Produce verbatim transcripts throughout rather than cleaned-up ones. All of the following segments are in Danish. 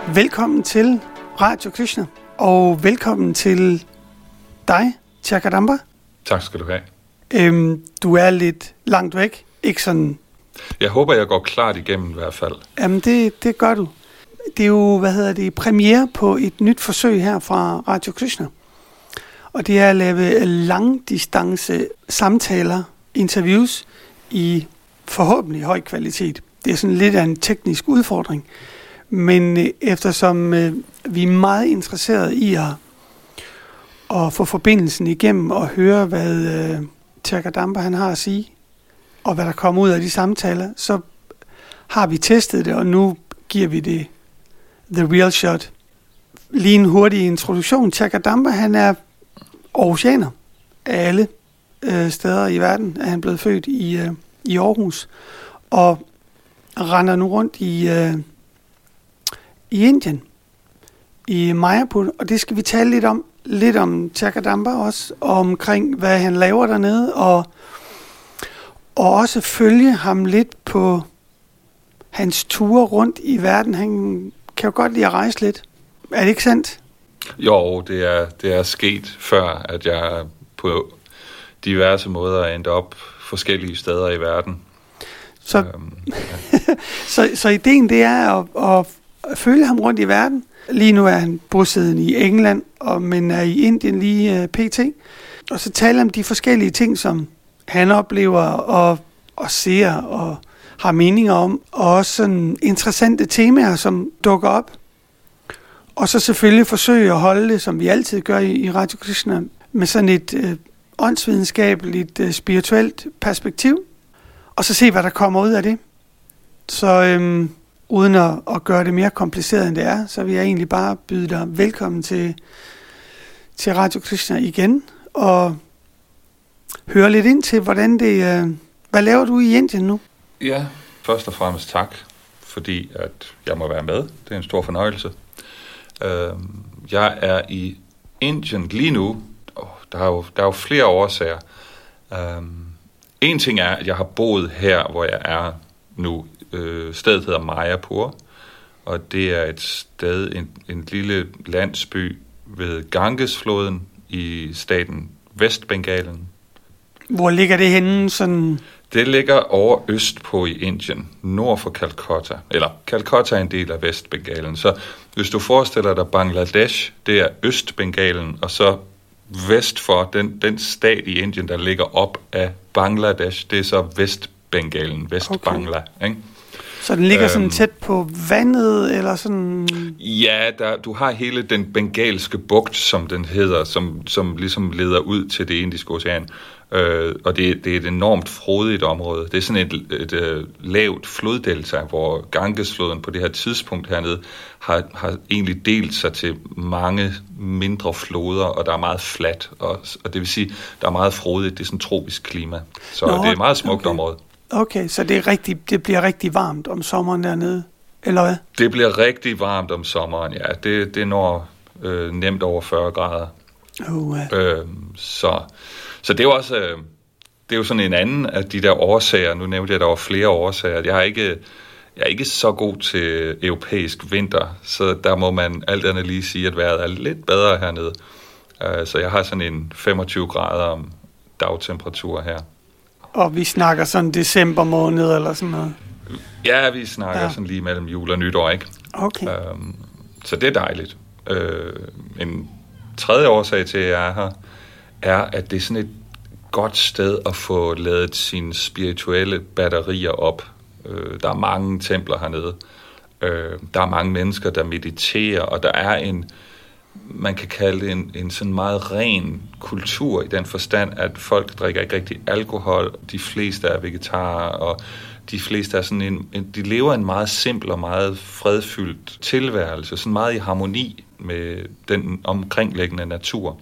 Velkommen til Radio Krishna, og velkommen til dig, Chakadamba. Tak skal du have. Øhm, du er lidt langt væk, ikke sådan... Jeg håber, jeg går klart igennem i hvert fald. Jamen, det, det gør du. Det er jo, hvad hedder det, premiere på et nyt forsøg her fra Radio Krishna. Og det er at lave langdistance samtaler, interviews i forhåbentlig høj kvalitet. Det er sådan lidt af en teknisk udfordring. Men eftersom øh, vi er meget interesserede i at, at få forbindelsen igennem og høre, hvad øh, Chakadamba han har at sige, og hvad der kommer ud af de samtaler, så har vi testet det, og nu giver vi det the real shot. Lige en hurtig introduktion. Chakadamba, han er aarhusianer af alle øh, steder i verden, er han blevet født i, øh, i Aarhus, og render nu rundt i... Øh, i Indien, i Mayapur, og det skal vi tale lidt om, lidt om Chakadamba også, og omkring, hvad han laver dernede, og, og også følge ham lidt på hans ture rundt i verden. Han kan jo godt lide at rejse lidt. Er det ikke sandt? Jo, det er, det er sket før, at jeg på diverse måder er endt op forskellige steder i verden. Så, øhm, ja. så, så ideen det er at, at følge ham rundt i verden. Lige nu er han bosiddende i England, og, men er i Indien lige uh, pt. Og så taler om de forskellige ting, som han oplever og, og ser og har meninger om. Og også sådan interessante temaer, som dukker op. Og så selvfølgelig forsøge at holde det, som vi altid gør i, i Radio Krishna, med sådan et uh, åndsvidenskabeligt, uh, spirituelt perspektiv. Og så se, hvad der kommer ud af det. Så... Øhm, Uden at, at gøre det mere kompliceret, end det er, så vil jeg egentlig bare byde dig velkommen til, til Radio Krishna igen, og høre lidt ind til, hvordan det... Øh, hvad laver du i Indien nu? Ja, først og fremmest tak, fordi at jeg må være med. Det er en stor fornøjelse. Uh, jeg er i Indien lige nu. Oh, der, er jo, der er jo flere årsager. Uh, en ting er, at jeg har boet her, hvor jeg er nu. Øh, stedet hedder Mayapur, og det er et sted, en, en lille landsby ved Gangesfloden i staten Vestbengalen. Hvor ligger det henne? Sådan? Det ligger over østpå i Indien, nord for Calcutta. Eller Calcutta er en del af Vestbengalen. Så hvis du forestiller dig Bangladesh, det er Østbengalen, og så vest for den, den stat i Indien, der ligger op af Bangladesh, det er så Vestbengalen, Vestbangla, okay. Ikke? Så den ligger sådan øhm, tæt på vandet, eller sådan? Ja, der, du har hele den bengalske bugt, som den hedder, som, som ligesom leder ud til det Indiske Ocean. Øh, og det, det er et enormt frodigt område. Det er sådan et, et, et lavt floddelta, hvor Gangesfloden på det her tidspunkt hernede har, har egentlig delt sig til mange mindre floder, og der er meget fladt. Og, og det vil sige, der er meget frodigt. Det er sådan et tropisk klima. Så Nå, det er et meget smukt okay. område. Okay, så det, er rigtig, det bliver rigtig varmt om sommeren dernede, eller hvad? Det bliver rigtig varmt om sommeren, ja. Det, det når øh, nemt over fyrre grader. Uh, uh. Øh, så, så det er jo også øh, det er jo sådan en anden af de der årsager. Nu nævnte jeg, at der var flere årsager. Jeg er ikke, jeg er ikke så god til europæisk vinter, så der må man alt andet lige sige, at vejret er lidt bedre hernede. Øh, så jeg har sådan en femogtyve grader om dagtemperatur her. Og vi snakker sådan december måned eller sådan noget? Ja, vi snakker ja. sådan lige mellem jul og nytår, ikke? Okay. Øhm, så det er dejligt. Øh, en tredje årsag til, at jeg er her, er, at det er sådan et godt sted at få ladet sine spirituelle batterier op. Øh, der er mange templer hernede. Øh, der er mange mennesker, der mediterer, og der er en... man kan kalde det en, en sådan meget ren kultur i den forstand, at folk drikker ikke rigtig alkohol, de fleste er vegetarer, og de fleste er sådan en, en de lever en meget simpel og meget fredfyldt tilværelse, sådan meget i harmoni med den omkringliggende natur.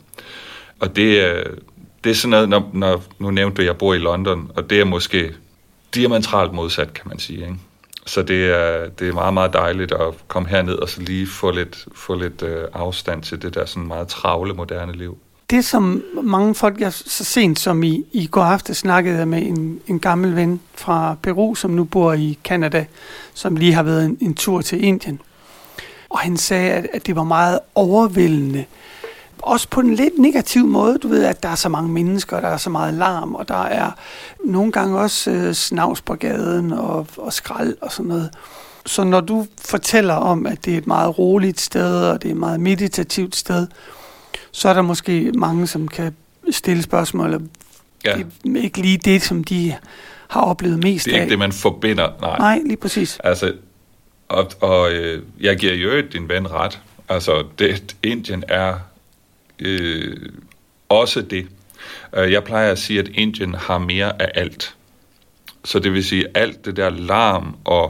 Og det, det er sådan noget, når, når nu nævnte du, at jeg bor i London, og det er måske diametralt modsat, kan man sige, ikke? Så det er, det er meget, meget dejligt at komme herned og så lige få lidt, få lidt øh, afstand til det der sådan meget travle, moderne liv. Det, som mange folk, jeg så sent som i, i går aftes snakkede med en, en gammel ven fra Peru, som nu bor i Canada, som lige har været en, en tur til Indien. og han sagde, at, at det var meget overvældende. Også på en lidt negativ måde, du ved, at der er så mange mennesker, der er så meget larm, og der er nogle gange også øh, snavs på gaden og, og skrald og sådan noget. Så når du fortæller om, at det er et meget roligt sted, og det er et meget meditativt sted, så er der måske mange, som kan stille spørgsmål, og ja. Det er ikke lige det, som de har oplevet mest af. Det er ikke det, man forbinder. Nej, Nej lige præcis. Altså, og, og øh, jeg giver jo din ven ret. Altså, det, Indien er øh, også det. Jeg plejer at sige, at Indien har mere af alt. Så det vil sige, alt det der larm og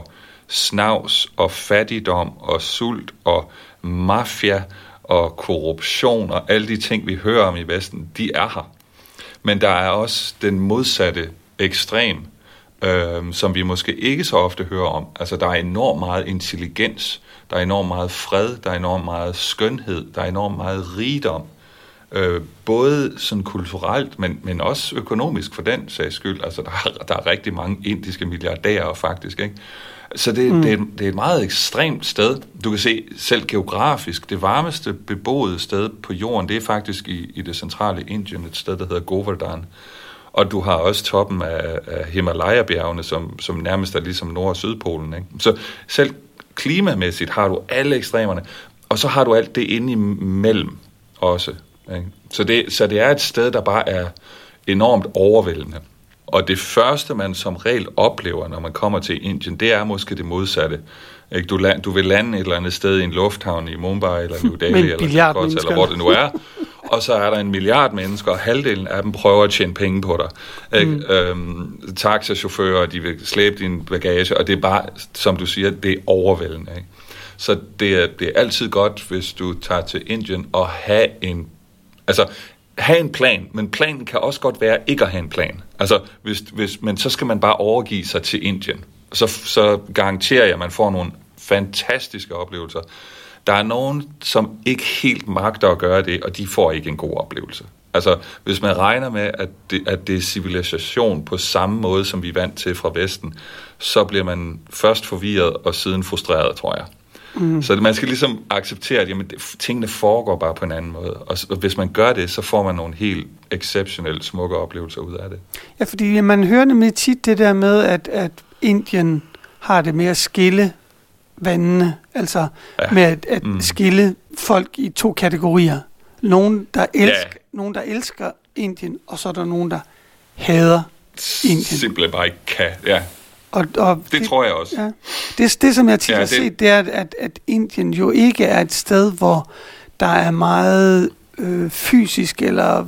snavs og fattigdom og sult og mafia og korruption og alle de ting, vi hører om i Vesten, de er her. Men der er også den modsatte ekstrem, øh, som vi måske ikke så ofte hører om. Altså, der er enormt meget intelligens, der er enormt meget fred, der er enormt meget skønhed, der er enormt meget rigdom. Øh, både sådan kulturelt, men, men også økonomisk for den sags skyld. Altså, der er, der er rigtig mange indiske milliardærer faktisk, ikke? Så det, mm. det, er, det er et meget ekstremt sted. Du kan se, selv geografisk, det varmeste beboede sted på jorden, det er faktisk i, i det centrale Indien, et sted, der hedder Govardhan. Og du har også toppen af, af Himalaya-bjergene, som, som nærmest er ligesom Nord- og Sydpolen, ikke? Så selv klimamæssigt har du alle ekstremerne, og så har du alt det inde imellem også, ikke? Så det, så det er et sted, der bare er enormt overvældende. Og det første, man som regel oplever, når man kommer til Indien, det er måske det modsatte. Ikke? Du, land, du vil lande et eller andet sted i en lufthavn i Mumbai, eller New Delhi, eller Calcutta, eller hvor det nu er. Og så er der en milliard mennesker, og halvdelen af dem prøver at tjene penge på dig. Mm. Øhm, taxachauffører, de vil slæbe din bagage, og det er bare, som du siger, det er overvældende. Ikke? Så det er, det er altid godt, hvis du tager til Indien og have en... Altså, have en plan, men planen kan også godt være ikke at have en plan. Altså, hvis, hvis, men så skal man bare overgive sig til Indien. Så, så garanterer jeg, at man får nogle fantastiske oplevelser. Der er nogen, som ikke helt magter at gøre det, og de får ikke en god oplevelse. Altså, hvis man regner med, at det, at det er civilisation på samme måde, som vi er vant til fra Vesten, så bliver man først forvirret og siden frustreret, tror jeg. Mm. Så man skal ligesom acceptere, at jamen, tingene foregår bare på en anden måde. Og hvis man gør det, så får man nogle helt exceptionelt smukke oplevelser ud af det. Ja, fordi man hører nemlig tit det der med, at, at Indien har det med at skille vandene. Altså ja. med at, at mm. skille folk i to kategorier. Nogen der, elsker, ja. nogen, der elsker Indien, og så er der nogen, der hader Indien. Simpelthen bare ikke kan, ja. Og, og det, det tror jeg også. Ja. Det, det, som jeg tit ja, har det... set, det er, at, at Indien jo ikke er et sted, hvor der er meget øh, fysisk eller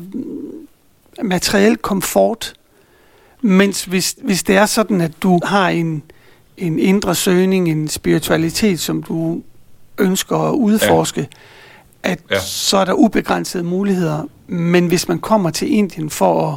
materiel komfort. Mens hvis, hvis det er sådan, at du har en, en indre søgning, en spiritualitet, som du ønsker at udforske, ja. at ja. så er der ubegrænsede muligheder. Men hvis man kommer til Indien for at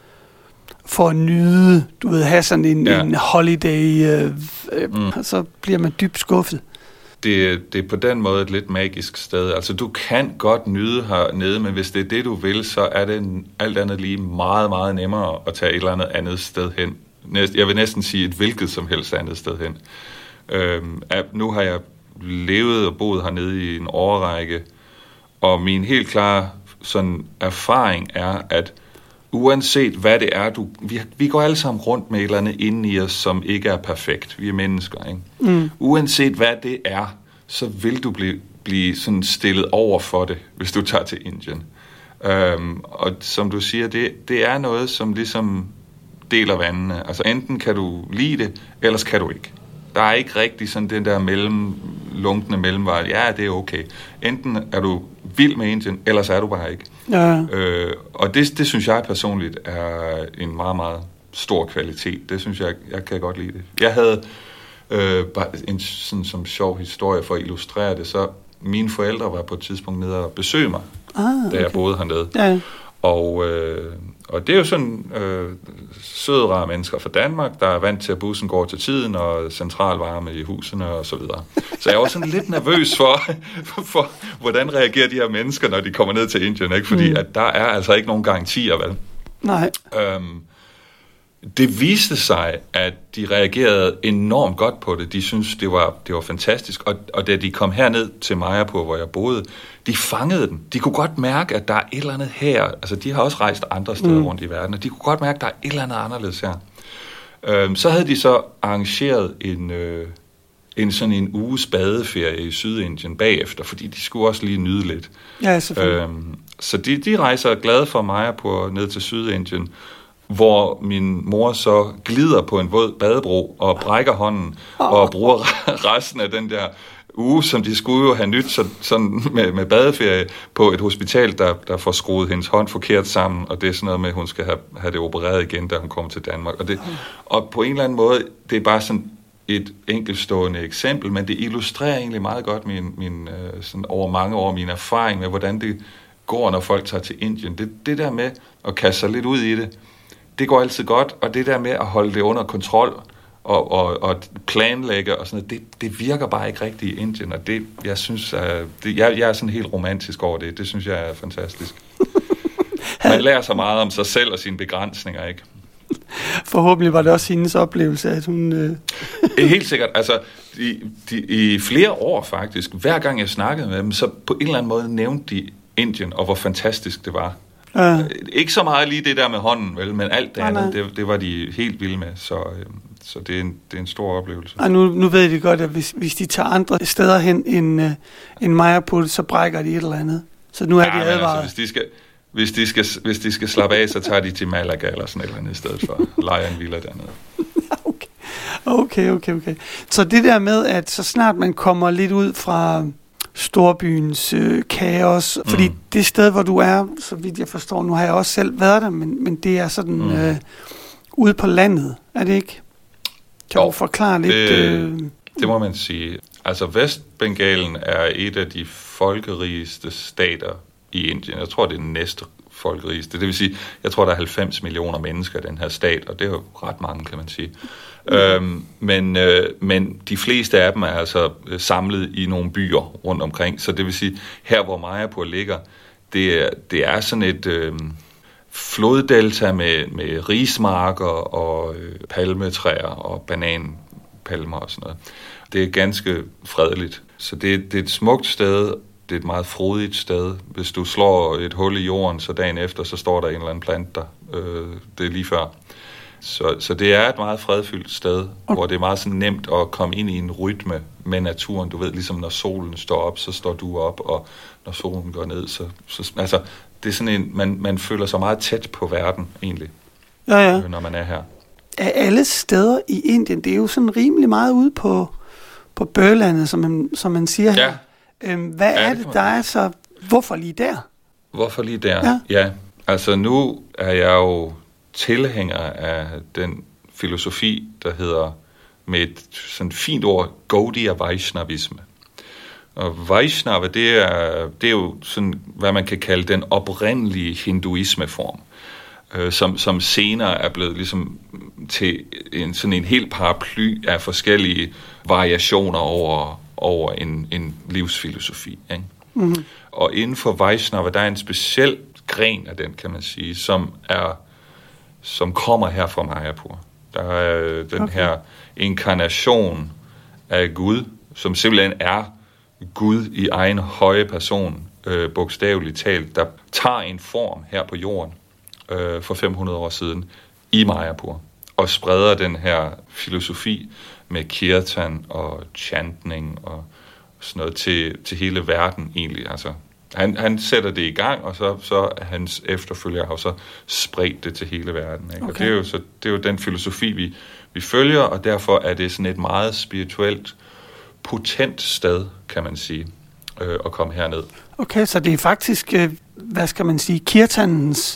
for at nyde, du ved, have sådan en, ja. en holiday, øh, øh, mm. så bliver man dybt skuffet. Det, det er på den måde et lidt magisk sted. Altså, du kan godt nyde hernede, men hvis det er det, du vil, så er det alt andet lige meget, meget nemmere at tage et eller andet andet sted hen. Jeg vil næsten sige et hvilket som helst andet sted hen. Øhm, nu har jeg levet og boet hernede i en årrække, og min helt klare sådan, erfaring er, at uanset hvad det er, du, vi, vi går alle sammen rundt med et eller andet inde i os, som ikke er perfekt. Vi er mennesker, ikke? Mm. Uanset hvad det er, så vil du blive, blive sådan stillet over for det, hvis du tager til Indien. Øhm, og som du siger, det, det er noget, som ligesom deler vandene. Altså enten kan du lide det, ellers kan du ikke. Der er ikke rigtig sådan den der mellem, lunkende mellemvej. Ja, det er okay. Enten er du vild med Indien, ellers er du bare ikke. Ja. Øh, og det, det synes jeg personligt er en meget, meget stor kvalitet. Det synes jeg, jeg kan godt lide det. Jeg havde øh, bare en sådan som sjov historie for at illustrere det. Så mine forældre var på et tidspunkt nede og besøge mig, ah, okay. da jeg boede hernede. Ja. Og, øh, og det er jo sådan øh, søde, rare mennesker fra Danmark, der er vant til, at bussen går til tiden, og centralvarme i husene og så videre. Så jeg var sådan lidt nervøs for, for, for, hvordan reagerer de her mennesker, når de kommer ned til Indien, ikke? Fordi mm. at der er altså ikke nogen garantier, vel? Nej. Øhm, det viste sig, at de reagerede enormt godt på det. De syntes, det var, det var fantastisk. Og, og da de kom herned til Mayapur, hvor jeg boede, de fangede den. De kunne godt mærke, at der er et eller andet her. Altså, de har også rejst andre steder mm. rundt i verden, og de kunne godt mærke, at der er et eller andet anderledes her. Øhm, så havde de så arrangeret en, øh, en sådan en uges badeferie i Sydindien bagefter, fordi de skulle også lige nyde lidt. Ja, selvfølgelig. Øhm, så de, de rejser glade for Mayapur ned til Sydindien, hvor min mor så glider på en våd badebro og brækker hånden og bruger resten af den der uge, som de skulle jo have nyt så, sådan med, med badeferie på et hospital, der, der får skruet hendes hånd forkert sammen, og det er sådan noget med, at hun skal have, have det opereret igen, da hun kommer til Danmark. Og, det, og på en eller anden måde, det er bare sådan et enkeltstående eksempel, men det illustrerer egentlig meget godt min, min, sådan over mange år min erfaring med, hvordan det går, når folk tager til Indien. Det, det der med at kaste sig lidt ud i det, det går altid godt, og det der med at holde det under kontrol og, og, og planlægge og sådan noget, det, det virker bare ikke rigtigt i Indien, og det, jeg synes, er, det, jeg, jeg er sådan helt romantisk over det. Det synes jeg er fantastisk. Man lærer så meget om sig selv og sine begrænsninger, ikke? Forhåbentlig var det også hendes oplevelse, at hun... Øh... Helt sikkert. Altså, de, de, i flere år faktisk, hver gang jeg snakkede med dem, så på en eller anden måde nævnte de Indien, og hvor fantastisk det var. Ja. Ikke så meget lige det der med hånden, vel, men alt det andet, det, det var de helt vilde med, så, øh, så det, er en, det er en stor oplevelse. Og nu, nu ved de godt, at hvis, hvis de tager andre steder hen end, øh, end Mayapur, så brækker de et eller andet. Så nu er ja, de advaret. Altså, hvis, de skal, hvis, de skal, hvis de skal slappe af, så tager de til Malaga eller sådan et eller andet i stedet for. Lejer en villa dernede. okay. okay, okay, okay. Så det der med, at så snart man kommer lidt ud fra storbyens øh, kaos, mm. fordi det sted, hvor du er, så vidt jeg forstår, nu har jeg også selv været der, men, men det er sådan mm. øh, ude på landet, er det ikke? Kan jo, du forklare lidt? Det, øh... det må man sige. Altså Vestbengalen er et af de folkerigeste stater i Indien. Jeg tror, det er den næste folkerigeste. Det vil sige, jeg tror, der er halvfems millioner mennesker i den her stat, og det er jo ret mange, kan man sige. Mm. Øhm, men, øh, men de fleste af dem er altså samlet i nogle byer rundt omkring, så det vil sige, her hvor Mayapur ligger, det er, det er sådan et øh, floddelta med, med rismarker og øh, palmetræer og bananpalmer og sådan noget. Det er ganske fredeligt, så det, det er et smukt sted. Det er et meget frodigt sted. Hvis du slår et hul i jorden, så dagen efter, så står der en eller anden plant der. Øh, det er lige før. Så, så det er et meget fredfyldt sted, okay. hvor det er meget sådan nemt at komme ind i en rytme med naturen. Du ved, ligesom når solen står op, så står du op, og når solen går ned, så... så altså, det er sådan en... Man, man føler sig meget tæt på verden, egentlig, ja, ja. Øh, når man er her. Af alle steder i Indien, det er jo sådan rimelig meget ude på, på børlandet, som man, som man siger her. Ja. Øhm, hvad ja, er det, det der er så... Hvorfor lige der? Hvorfor lige der? Ja. ja. Altså nu er jeg jo tilhænger af den filosofi, der hedder med et sådan fint ord, Gaudiya Vaishnavisme. Og Vaishnava, det er, det er jo sådan, hvad man kan kalde den oprindelige hinduismeform, øh, som, som senere er blevet ligesom til en, sådan en hel paraply af forskellige variationer over, over en, en livsfilosofi. Ikke? Mm-hmm. Og inden for Vaishnava, der er en speciel gren af den, kan man sige, som er som kommer her fra Mayapur. Der er den okay. her inkarnation af Gud, som simpelthen er Gud i egen høje person, øh, bogstaveligt talt, der tager en form her på jorden øh, for fem hundrede år siden i Mayapur, og spreder den her filosofi med kirtan og chantning og sådan noget til, til hele verden egentlig. Altså, han, han sætter det i gang, og så, så hans efterfølgere har så spredt det til hele verden. Ikke? Okay. Og det er, jo så, det er jo den filosofi, vi, vi følger, og derfor er det sådan et meget spirituelt, potent sted, kan man sige, øh, at komme herned. Okay, så det er faktisk, øh, hvad skal man sige, kirtanens,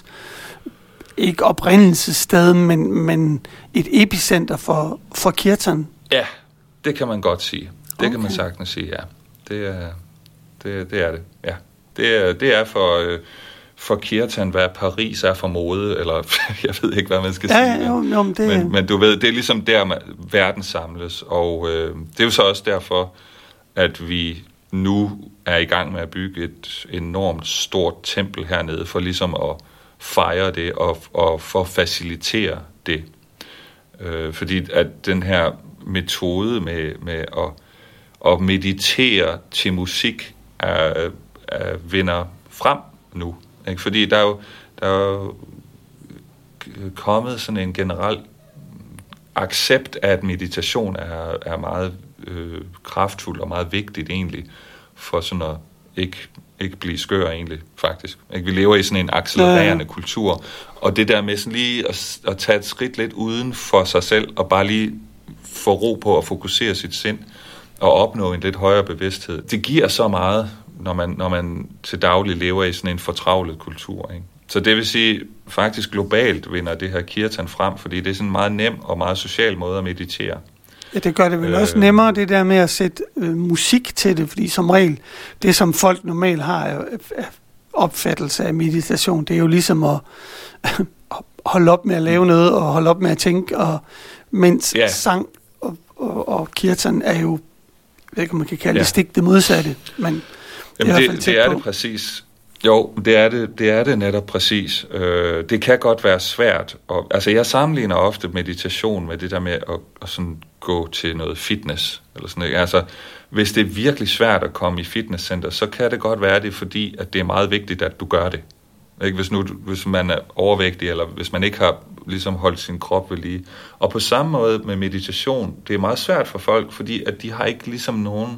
ikke oprindelsessted, men, men et epicenter for, for kirtan. Ja, det kan man godt sige. Det okay. kan man sagtens sige, ja. Det er det, det, er det, ja. Det er, det er for, øh, for kirtan, hvad Paris er for mode, eller jeg ved ikke, hvad man skal ja, sige. Jo, jo, men, det... men, men du ved, det er ligesom der, man, verden samles, og øh, det er jo så også derfor, at vi nu er i gang med at bygge et enormt stort tempel hernede, for ligesom at fejre det, og, og for at facilitere det. Øh, fordi at den her metode med, med at, at meditere til musik er, er vinder frem nu. Ikke? Fordi der er jo, der er jo kommet sådan en generel accept af, at meditation er, er meget øh, kraftfuld og meget vigtigt egentlig, for sådan at ikke, ikke blive skør egentlig, faktisk. Ikke? Vi lever i sådan en accelererende ja. kultur, og det der med sådan lige at, at tage et skridt lidt uden for sig selv, og bare lige få ro på at fokusere sit sind, og opnå en lidt højere bevidsthed, det giver så meget, når man, når man til daglig lever i sådan en fortravlet kultur, ikke? Så det vil sige, faktisk globalt vinder det her kirtan frem, fordi det er sådan en meget nem og meget social måde at meditere. Ja, det gør det vel øh, også nemmere, det der med at sætte øh, musik til det, fordi som regel, det som folk normalt har er, er opfattelse af meditation, det er jo ligesom at holde op med at lave noget, og holde op med at tænke, og mens ja. sang og, og, og kirtan er jo, jeg ved ikke, om man kan kalde ja. det stik det modsatte, men Jamen det, det, det er på. det præcis. Jo, det er det, det er det netop præcis. Øh, det kan godt være svært. Og, altså, jeg sammenligner ofte meditation med det der med at, at sådan gå til noget fitness. Eller sådan noget. Altså, hvis det er virkelig svært at komme i fitnesscenter, så kan det godt være det, fordi at det er meget vigtigt, at du gør det. Ikke? Hvis, nu, hvis man er overvægtig, eller hvis man ikke har ligesom holdt sin krop ved lige. Og på samme måde med meditation, det er meget svært for folk, fordi at de har ikke ligesom nogen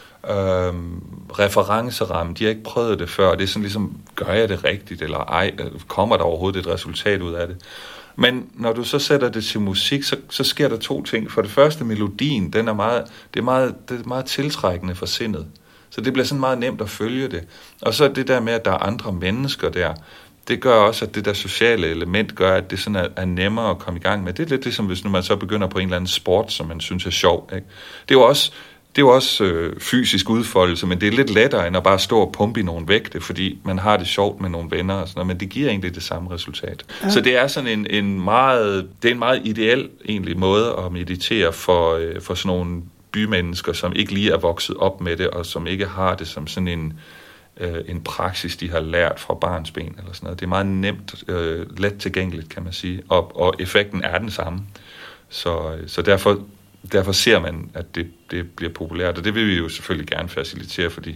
Øhm, referenceramme, de har ikke prøvet det før, og det er sådan ligesom, gør jeg det rigtigt, eller ej, kommer der overhovedet et resultat ud af det? Men når du så sætter det til musik, så, så sker der to ting. For det første, melodien, den er meget, det er meget, det er meget tiltrækkende for sindet. Så det bliver sådan meget nemt at følge det. Og så det der med, at der er andre mennesker der, det gør også, at det der sociale element gør, at det sådan er, er nemmere at komme i gang med. Det er lidt ligesom, hvis nu man så begynder på en eller anden sport, som man synes er sjov. Ikke? Det er jo også Det er jo også øh, fysisk udfoldelse, men det er lidt lettere, end at bare stå og pumpe i nogle vægte, fordi man har det sjovt med nogle venner og sådan noget, men det giver egentlig det samme resultat. Ja. Så det er sådan en, en meget, det er en meget ideel egentlig måde at meditere for, øh, for sådan nogle bymennesker, som ikke lige er vokset op med det, og som ikke har det som sådan en, øh, en praksis, de har lært fra barnsben eller sådan noget. Det er meget nemt, øh, let tilgængeligt, kan man sige, og, og effekten er den samme. Så, så derfor Derfor ser man, at det, det bliver populært, og det vil vi jo selvfølgelig gerne facilitere, fordi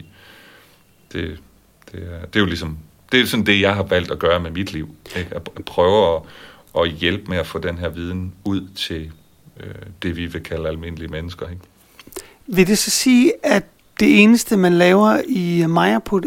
det, det, er, det er jo ligesom, det er sådan det, jeg har valgt at gøre med mit liv, ikke? At prøve at, at hjælpe med at få den her viden ud til øh, det, vi vil kalde almindelige mennesker, ikke? Vil det så sige, at det eneste, man laver i Mayaput,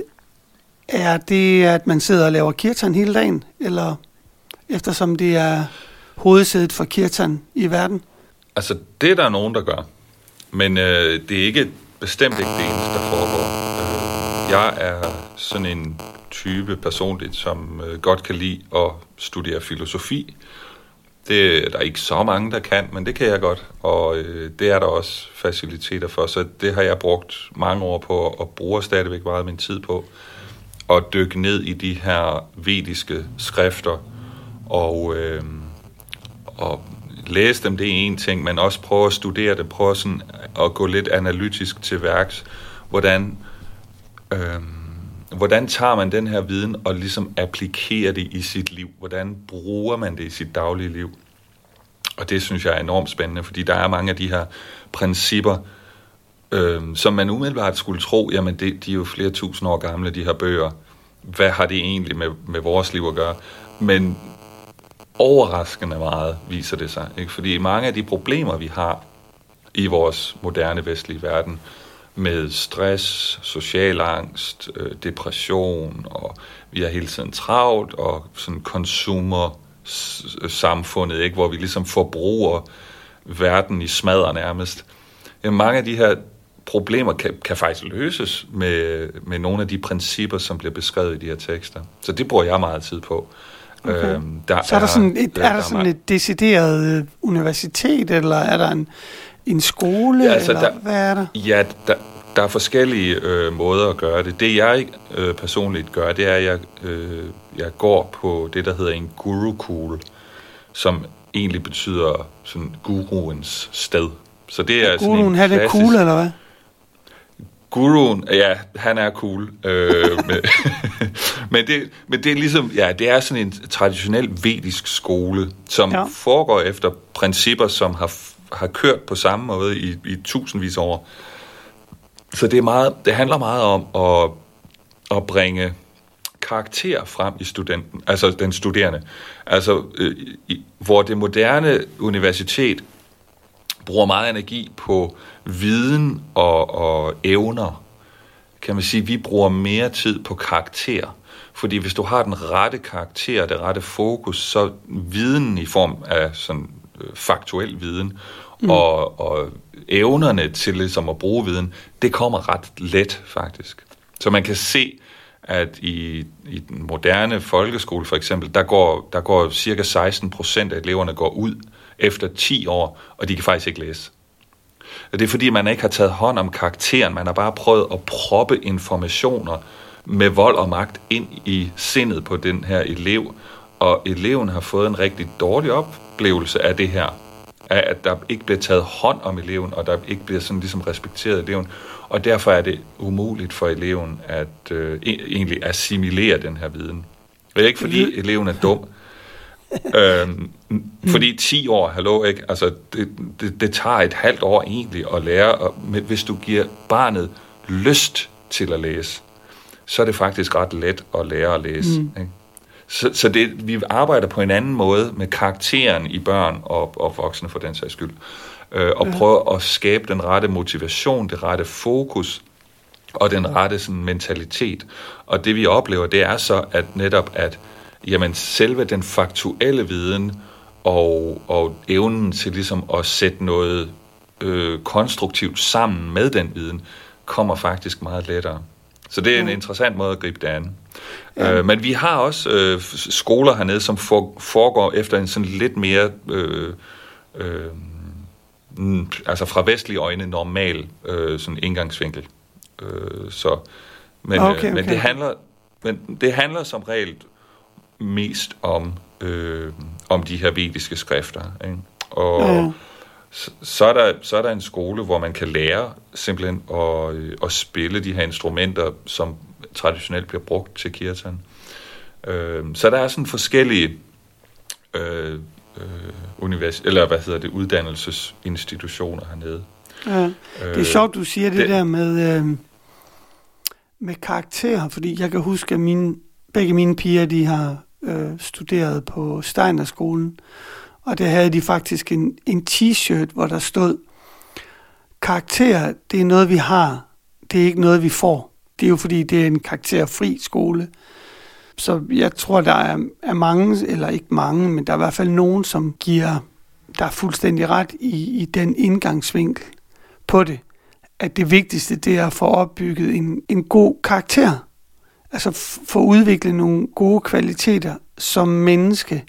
er det, at man sidder og laver kirtan hele dagen, eller eftersom det er hovedsædet for kirtan i verden? Altså, det er der nogen, der gør. Men øh, det er ikke bestemt ikke det eneste, der foregår. Øh, jeg er sådan en type personligt, som øh, godt kan lide at studere filosofi. Det er der ikke så mange, der kan, men det kan jeg godt. Og øh, det er der også faciliteter for. Så det har jeg brugt mange år på, og bruger stadigvæk meget min tid på. At dykke ned i de her vediske skrifter, og... Øh, og læse dem, det er en ting, men også prøve at studere det, prøve sådan at gå lidt analytisk til værks. Hvordan, øh, hvordan tager man den her viden og ligesom applikerer det i sit liv? Hvordan bruger man det i sit daglige liv? Og det synes jeg er enormt spændende, fordi der er mange af de her principper, øh, som man umiddelbart skulle tro, jamen det, de er jo flere tusind år gamle, de her bøger. Hvad har det egentlig med, med vores liv at gøre? Men overraskende meget viser det sig, ikke? Fordi mange af de problemer, vi har i vores moderne vestlige verden, med stress, social angst, øh, depression, og vi har hele tiden travlt, og sådan konsumersamfundet, ikke? Hvor vi ligesom forbruger verden i smadder nærmest. Jamen, mange af de her problemer kan, kan faktisk løses med, med nogle af de principper, som bliver beskrevet i de her tekster. Så det bruger jeg meget tid på. Okay. Øhm, der så er der sådan et, er der sådan et decideret øh, universitet, eller er der en, en skole, ja, altså eller der, hvad er der? Ja, der, der er forskellige øh, måder at gøre det. Det jeg øh, personligt gør, det er, at jeg, øh, jeg går på det, der hedder en gurukul, som egentlig betyder sådan guruens sted. Så det er guruen, sådan en klassisk... Guruen, har det cool, eller hvad? Guruen, ja, han er cool. Øh, men, men, det, men det er ligesom, ja, det er sådan en traditionel vedisk skole, som ja. foregår efter principper, som har, har kørt på samme måde i, i tusindvis af år. Så det, er meget, det handler meget om at, at bringe karakter frem i studenten, altså den studerende. Altså, øh, i, hvor det moderne universitet bruger meget energi på viden og, og evner, kan man sige, vi bruger mere tid på karakter. Fordi hvis du har den rette karakter, det rette fokus, så viden i form af sådan øh, faktuel viden, mm. og, og evnerne til ligesom at bruge viden, det kommer ret let faktisk. Så man kan se, at i, i den moderne folkeskole for eksempel, der går, der går cirka seksten procent af eleverne går ud efter ti år, og de kan faktisk ikke læse. Og det er fordi, man ikke har taget hånd om karakteren, man har bare prøvet at proppe informationer med vold og magt ind i sindet på den her elev, og eleven har fået en rigtig dårlig oplevelse af det her, af at der ikke bliver taget hånd om eleven, og der ikke bliver sådan ligesom respekteret eleven, og derfor er det umuligt for eleven at øh, egentlig assimilere den her viden. Og det er ikke fordi eleven er dum, øhm, fordi ti år, hallo, ikke? Altså, det, det, det tager et halvt år egentlig at lære, og hvis du giver barnet lyst til at læse, så er det faktisk ret let at lære at læse. Mm. Ikke? Så, så det, vi arbejder på en anden måde med karakteren i børn og, og voksne for den sags skyld, øh, og ja. prøver at skabe den rette motivation, det rette fokus og den rette sådan, mentalitet. Og det vi oplever, det er så, at netop at jamen, selve den faktuelle viden og, og evnen til ligesom at sætte noget øh, konstruktivt sammen med den viden, kommer faktisk meget lettere. Så det er en ja. interessant måde at gribe det an. Ja. Øh, men vi har også øh, skoler hernede, som for, foregår efter en sådan lidt mere, øh, øh, altså fra vestlige øjne, normal øh, sådan indgangsvinkel. Øh, så, men, okay, okay. Øh, men, det handler, men det handler som regel mest om, øh, om de her vediske skrifter. Ikke? Og ja. så, så, er der, så er der en skole, hvor man kan lære simpelthen at, at spille de her instrumenter, som traditionelt bliver brugt til kirtan. Øh, så der er sådan forskellige øh, øh, univers- eller hvad hedder det, uddannelsesinstitutioner hernede. Ja. Det er sjovt, du siger det, det der med, øh, med karakterer, fordi jeg kan huske, at mine, begge mine piger, de har øh, studeret på Steinerskolen, og der havde de faktisk en, en t-shirt, hvor der stod, karakterer, det er noget, vi har, det er ikke noget, vi får. Det er jo fordi, det er en karakterfri skole. Så jeg tror, der er, er mange, eller ikke mange, men der er i hvert fald nogen, som giver, der er fuldstændig ret i, i den indgangsvinkel på det. At det vigtigste, det er at få opbygget en, en god karakter. Altså få udviklet nogle gode kvaliteter som menneske.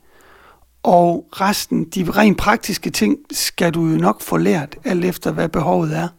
Og resten, de rent praktiske ting, skal du jo nok få lært, alt efter hvad behovet er.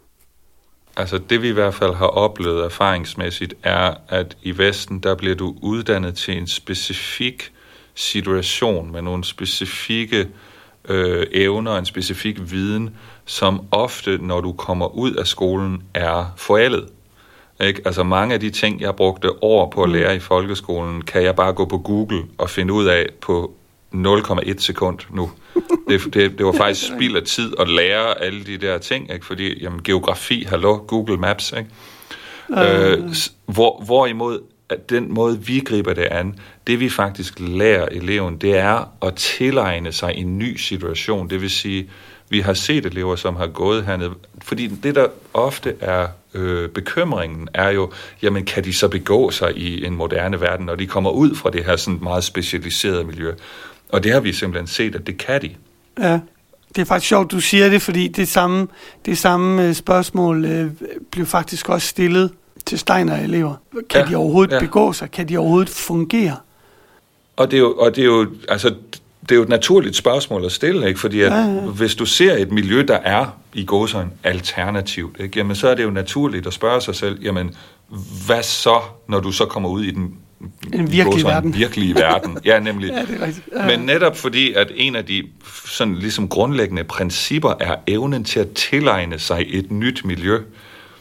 Altså det vi i hvert fald har oplevet erfaringsmæssigt, er, at i Vesten, der bliver du uddannet til en specifik situation med nogle specifikke øh, evner, en specifik viden, som ofte, når du kommer ud af skolen, er forældet. Ikke? Altså mange af de ting, jeg brugte år på at lære i folkeskolen, kan jeg bare gå på Google og finde ud af på nul komma et sekund nu. Det, det, det var faktisk spild af tid at lære alle de der ting, ikke? Fordi jamen, geografi, hallo, Google Maps, ikke? Uh. Øh, hvor, hvorimod at den måde, vi griber det an, det vi faktisk lærer eleven, det er at tilegne sig en ny situation. Det vil sige, vi har set elever, som har gået hernede, fordi det, der ofte er øh, bekymringen, er jo, jamen kan de så begå sig i en moderne verden, når de kommer ud fra det her sådan meget specialiserede miljø. Og det har vi simpelthen set, at det kan de. Ja, det er faktisk sjovt, du siger det, fordi det samme, det samme spørgsmål øh, blev faktisk også stillet til Steiner-elever. Kan ja, de overhovedet ja. begå sig? Kan de overhovedet fungere? Og det er jo, og det er jo, altså, det er jo et naturligt spørgsmål at stille, ikke? Fordi at, ja, ja. hvis du ser et miljø, der er i gåseøjne alternativt, ikke? Jamen, så er det jo naturligt at spørge sig selv, jamen, hvad så, når du så kommer ud i den En virkelig verden. virkelige verden. Ja, nemlig. Ja, det er rigtigt. Ja. Men netop fordi, at en af de sådan ligesom grundlæggende principper er evnen til at tilegne sig et nyt miljø.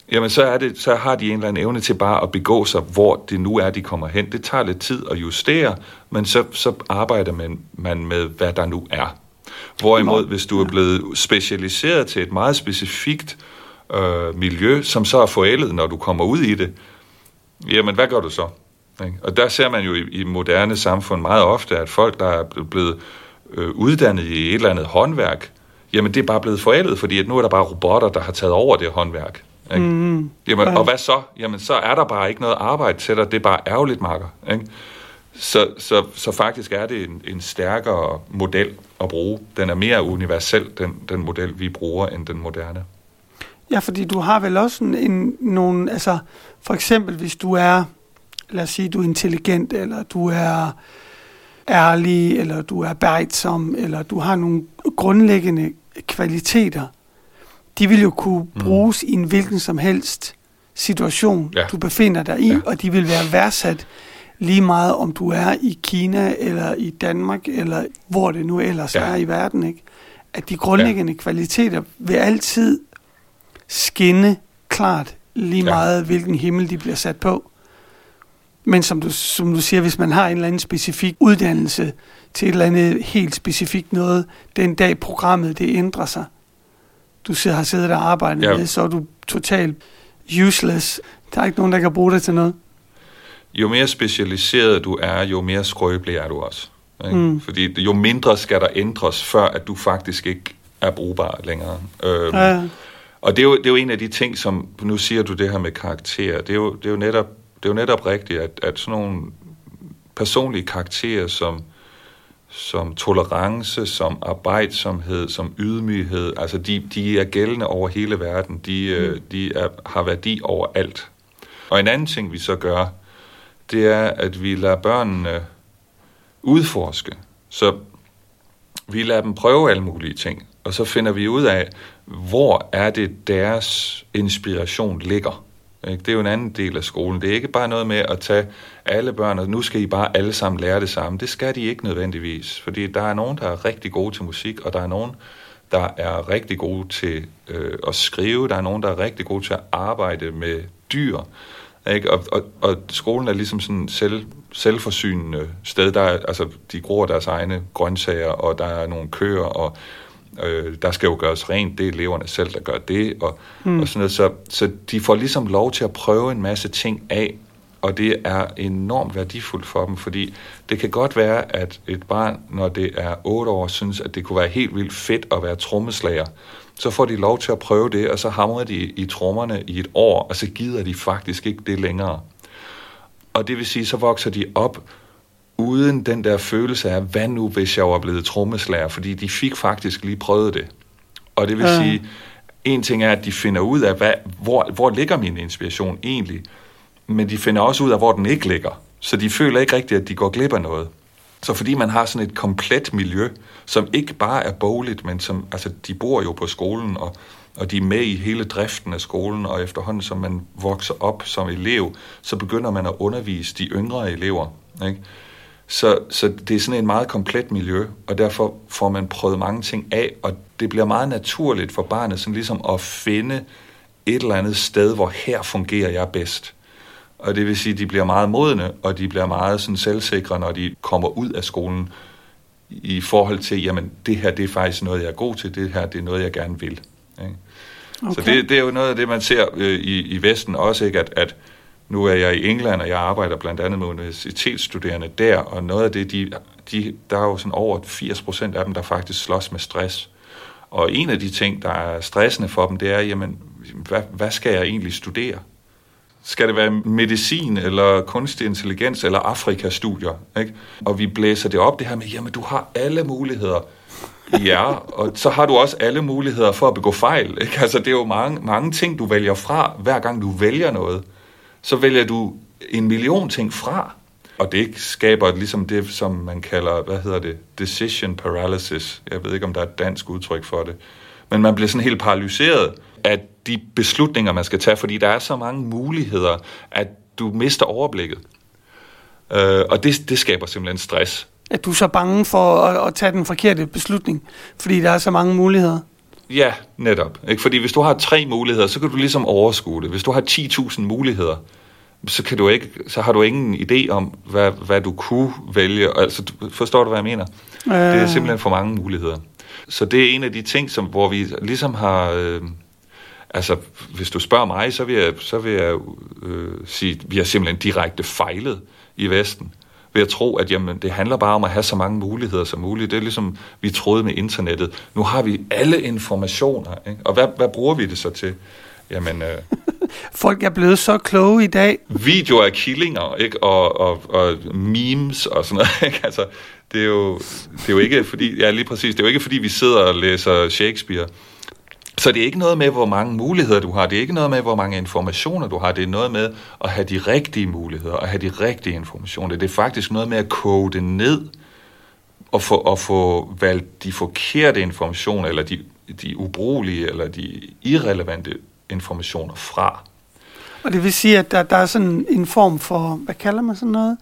jamen så, er det, så har de en eller anden evne til bare at begå sig, hvor det nu er, de kommer hen. Det tager lidt tid at justere, men så, så arbejder man, man med, hvad der nu er. Hvorimod, hvis du er blevet specialiseret til et meget specifikt øh, miljø, som så er forældet, når du kommer ud i det, jamen hvad gør du så? Ikke? Og der ser man jo i, i moderne samfund meget ofte, at folk, der er blevet øh, uddannet i et eller andet håndværk, jamen det er bare blevet forældet, fordi at nu er der bare robotter, der har taget over det håndværk. Ikke? Mm, jamen, og hvad så? Jamen så er der bare ikke noget arbejde til dig, det er bare ærgerligt, makker. Ikke? Så, så, så faktisk er det en, en stærkere model at bruge. Den er mere universel, den, den model, vi bruger, end den moderne. Ja, fordi du har vel også en, en, nogle, altså for eksempel hvis du er, lad os sige, du er intelligent, eller du er ærlig, eller du er arbejdsom, eller du har nogle grundlæggende kvaliteter, de vil jo kunne bruges mm. i en hvilken som helst situation, ja. du befinder dig i, ja. og de vil være værdsat lige meget, om du er i Kina, eller i Danmark, eller hvor det nu ellers ja. er i verden, ikke? At de grundlæggende ja. kvaliteter vil altid skinne klart lige ja. meget, hvilken himmel de bliver sat på. Men som du, som du siger, hvis man har en eller anden specifik uddannelse til et eller andet helt specifikt noget, den dag programmet det ændrer sig, du har siddet og arbejdet ja. med, så er du totalt useless. Der er ikke nogen, der kan bruge det til noget. Jo mere specialiseret du er, jo mere skrøbelig er du også. Ikke? Mm. Fordi jo mindre skal der ændres, før at du faktisk ikke er brugbar længere. Øhm, ja. Og det er, jo, det er jo en af de ting, som, nu siger du det her med karakterer, det er jo, det er jo, netop, det er jo netop rigtigt, at, at sådan nogle personlige karakterer, som, som tolerance, som arbejdsomhed, som ydmyghed, altså de, de er gældende over hele verden, de, mm. de er, har værdi overalt. Og en anden ting, vi så gør, det er, at vi lader børnene udforske. Så vi lader dem prøve alle mulige ting, og så finder vi ud af, hvor er det deres inspiration ligger. Det er jo en anden del af skolen. Det er ikke bare noget med at tage alle børn, og nu skal I bare alle sammen lære det samme. Det skal de ikke nødvendigvis, fordi der er nogen, der er rigtig gode til musik, og der er nogen, der er rigtig gode til øh, at skrive, der er nogen, der er rigtig gode til at arbejde med dyr. Ikke? Og, og, og skolen er ligesom sådan en selv, selvforsynende sted. Der er, altså, de gror deres egne grøntsager, og der er nogle køer, og øh, der skal jo gøres rent. Det er eleverne selv, der gør det. Og, mm. og sådan noget. Så, så de får ligesom lov til at prøve en masse ting af, og det er enormt værdifuldt for dem, fordi det kan godt være, at et barn, når det er otte år, synes, at det kunne være helt vildt fedt at være trommeslager. Så får de lov til at prøve det, og så hamrer de i trommerne i et år, og så gider de faktisk ikke det længere. Og det vil sige, så vokser de op uden den der følelse af, hvad nu hvis jeg var blevet trommeslager, fordi de fik faktisk lige prøvet det. Og det vil ja. sige, en ting er, at de finder ud af, hvad, hvor, hvor ligger min inspiration egentlig, men de finder også ud af, hvor den ikke ligger. Så de føler ikke rigtigt, at de går glip af noget. Så fordi man har sådan et komplet miljø, som ikke bare er bogligt, men som, altså de bor jo på skolen, og, og de er med i hele driften af skolen, og efterhånden som man vokser op som elev, så begynder man at undervise de yngre elever. Ikke? Så, så det er sådan en meget komplet miljø, og derfor får man prøvet mange ting af, og det bliver meget naturligt for barnet sådan ligesom at finde et eller andet sted, hvor her fungerer jeg bedst. Og det vil sige, at de bliver meget modne, og de bliver meget sådan selvsikre, når de kommer ud af skolen i forhold til, jamen det her det er faktisk noget, jeg er god til, det her det er noget, jeg gerne vil. Ikke? Okay. Så det, det er jo noget af det, man ser øh, i, i Vesten også, ikke? At, at nu er jeg i England, og jeg arbejder blandt andet med universitetsstuderende der, og noget af det, de, de, der er jo sådan over firs procent af dem, der faktisk slås med stress. Og en af de ting, der er stressende for dem, det er, jamen, hvad, hvad skal jeg egentlig studere? Skal det være medicin, eller kunstig intelligens, eller Afrika-studier, ikke? Og vi blæser det op, det her med, jamen du har alle muligheder. Ja, og så har du også alle muligheder for at begå fejl, ikke? Altså det er jo mange, mange ting, du vælger fra, hver gang du vælger noget. Så vælger du en million ting fra, og det skaber ligesom det, som man kalder, hvad hedder det, decision paralysis. Jeg ved ikke, om der er et dansk udtryk for det. Men man bliver sådan helt paralyseret af de beslutninger, man skal tage, fordi der er så mange muligheder, at du mister overblikket. Øh, og det, det skaber simpelthen stress. At du er så bange for at, at tage den forkerte beslutning, fordi der er så mange muligheder? Ja, netop. Ikke? Fordi hvis du har tre muligheder, så kan du ligesom overskue det. Hvis du har ti tusind muligheder, så, kan du ikke, så har du ingen idé om, hvad, hvad du kunne vælge. Altså, forstår du, hvad jeg mener? Øh. Det er simpelthen for mange muligheder. Så det er en af de ting, som, hvor vi ligesom har... Øh, altså, hvis du spørger mig, så vil jeg, så vil jeg øh, sige, at vi har simpelthen direkte fejlet i Vesten. Ved at tro, at jamen, det handler bare om at have så mange muligheder som muligt. Det er ligesom, vi troede med internettet. Nu har vi alle informationer, ikke? Og hvad, hvad bruger vi det så til? Jamen, øh, folk er blevet så kloge i dag. Videoer af killinger, ikke? Og, og, og memes og sådan noget. Ikke? Altså, det er jo, det er jo ikke fordi, ja, lige præcis, det er jo ikke fordi, vi sidder og læser Shakespeare. Så det er ikke noget med, hvor mange muligheder du har. Det er ikke noget med, hvor mange informationer du har. Det er noget med at have de rigtige muligheder og have de rigtige informationer. Det er faktisk noget med at koge det ned og få, og få valgt de forkerte informationer, eller de, de ubrugelige, eller de irrelevante informationer fra. Og det vil sige, at der, der er sådan en form for, hvad kalder man sådan noget?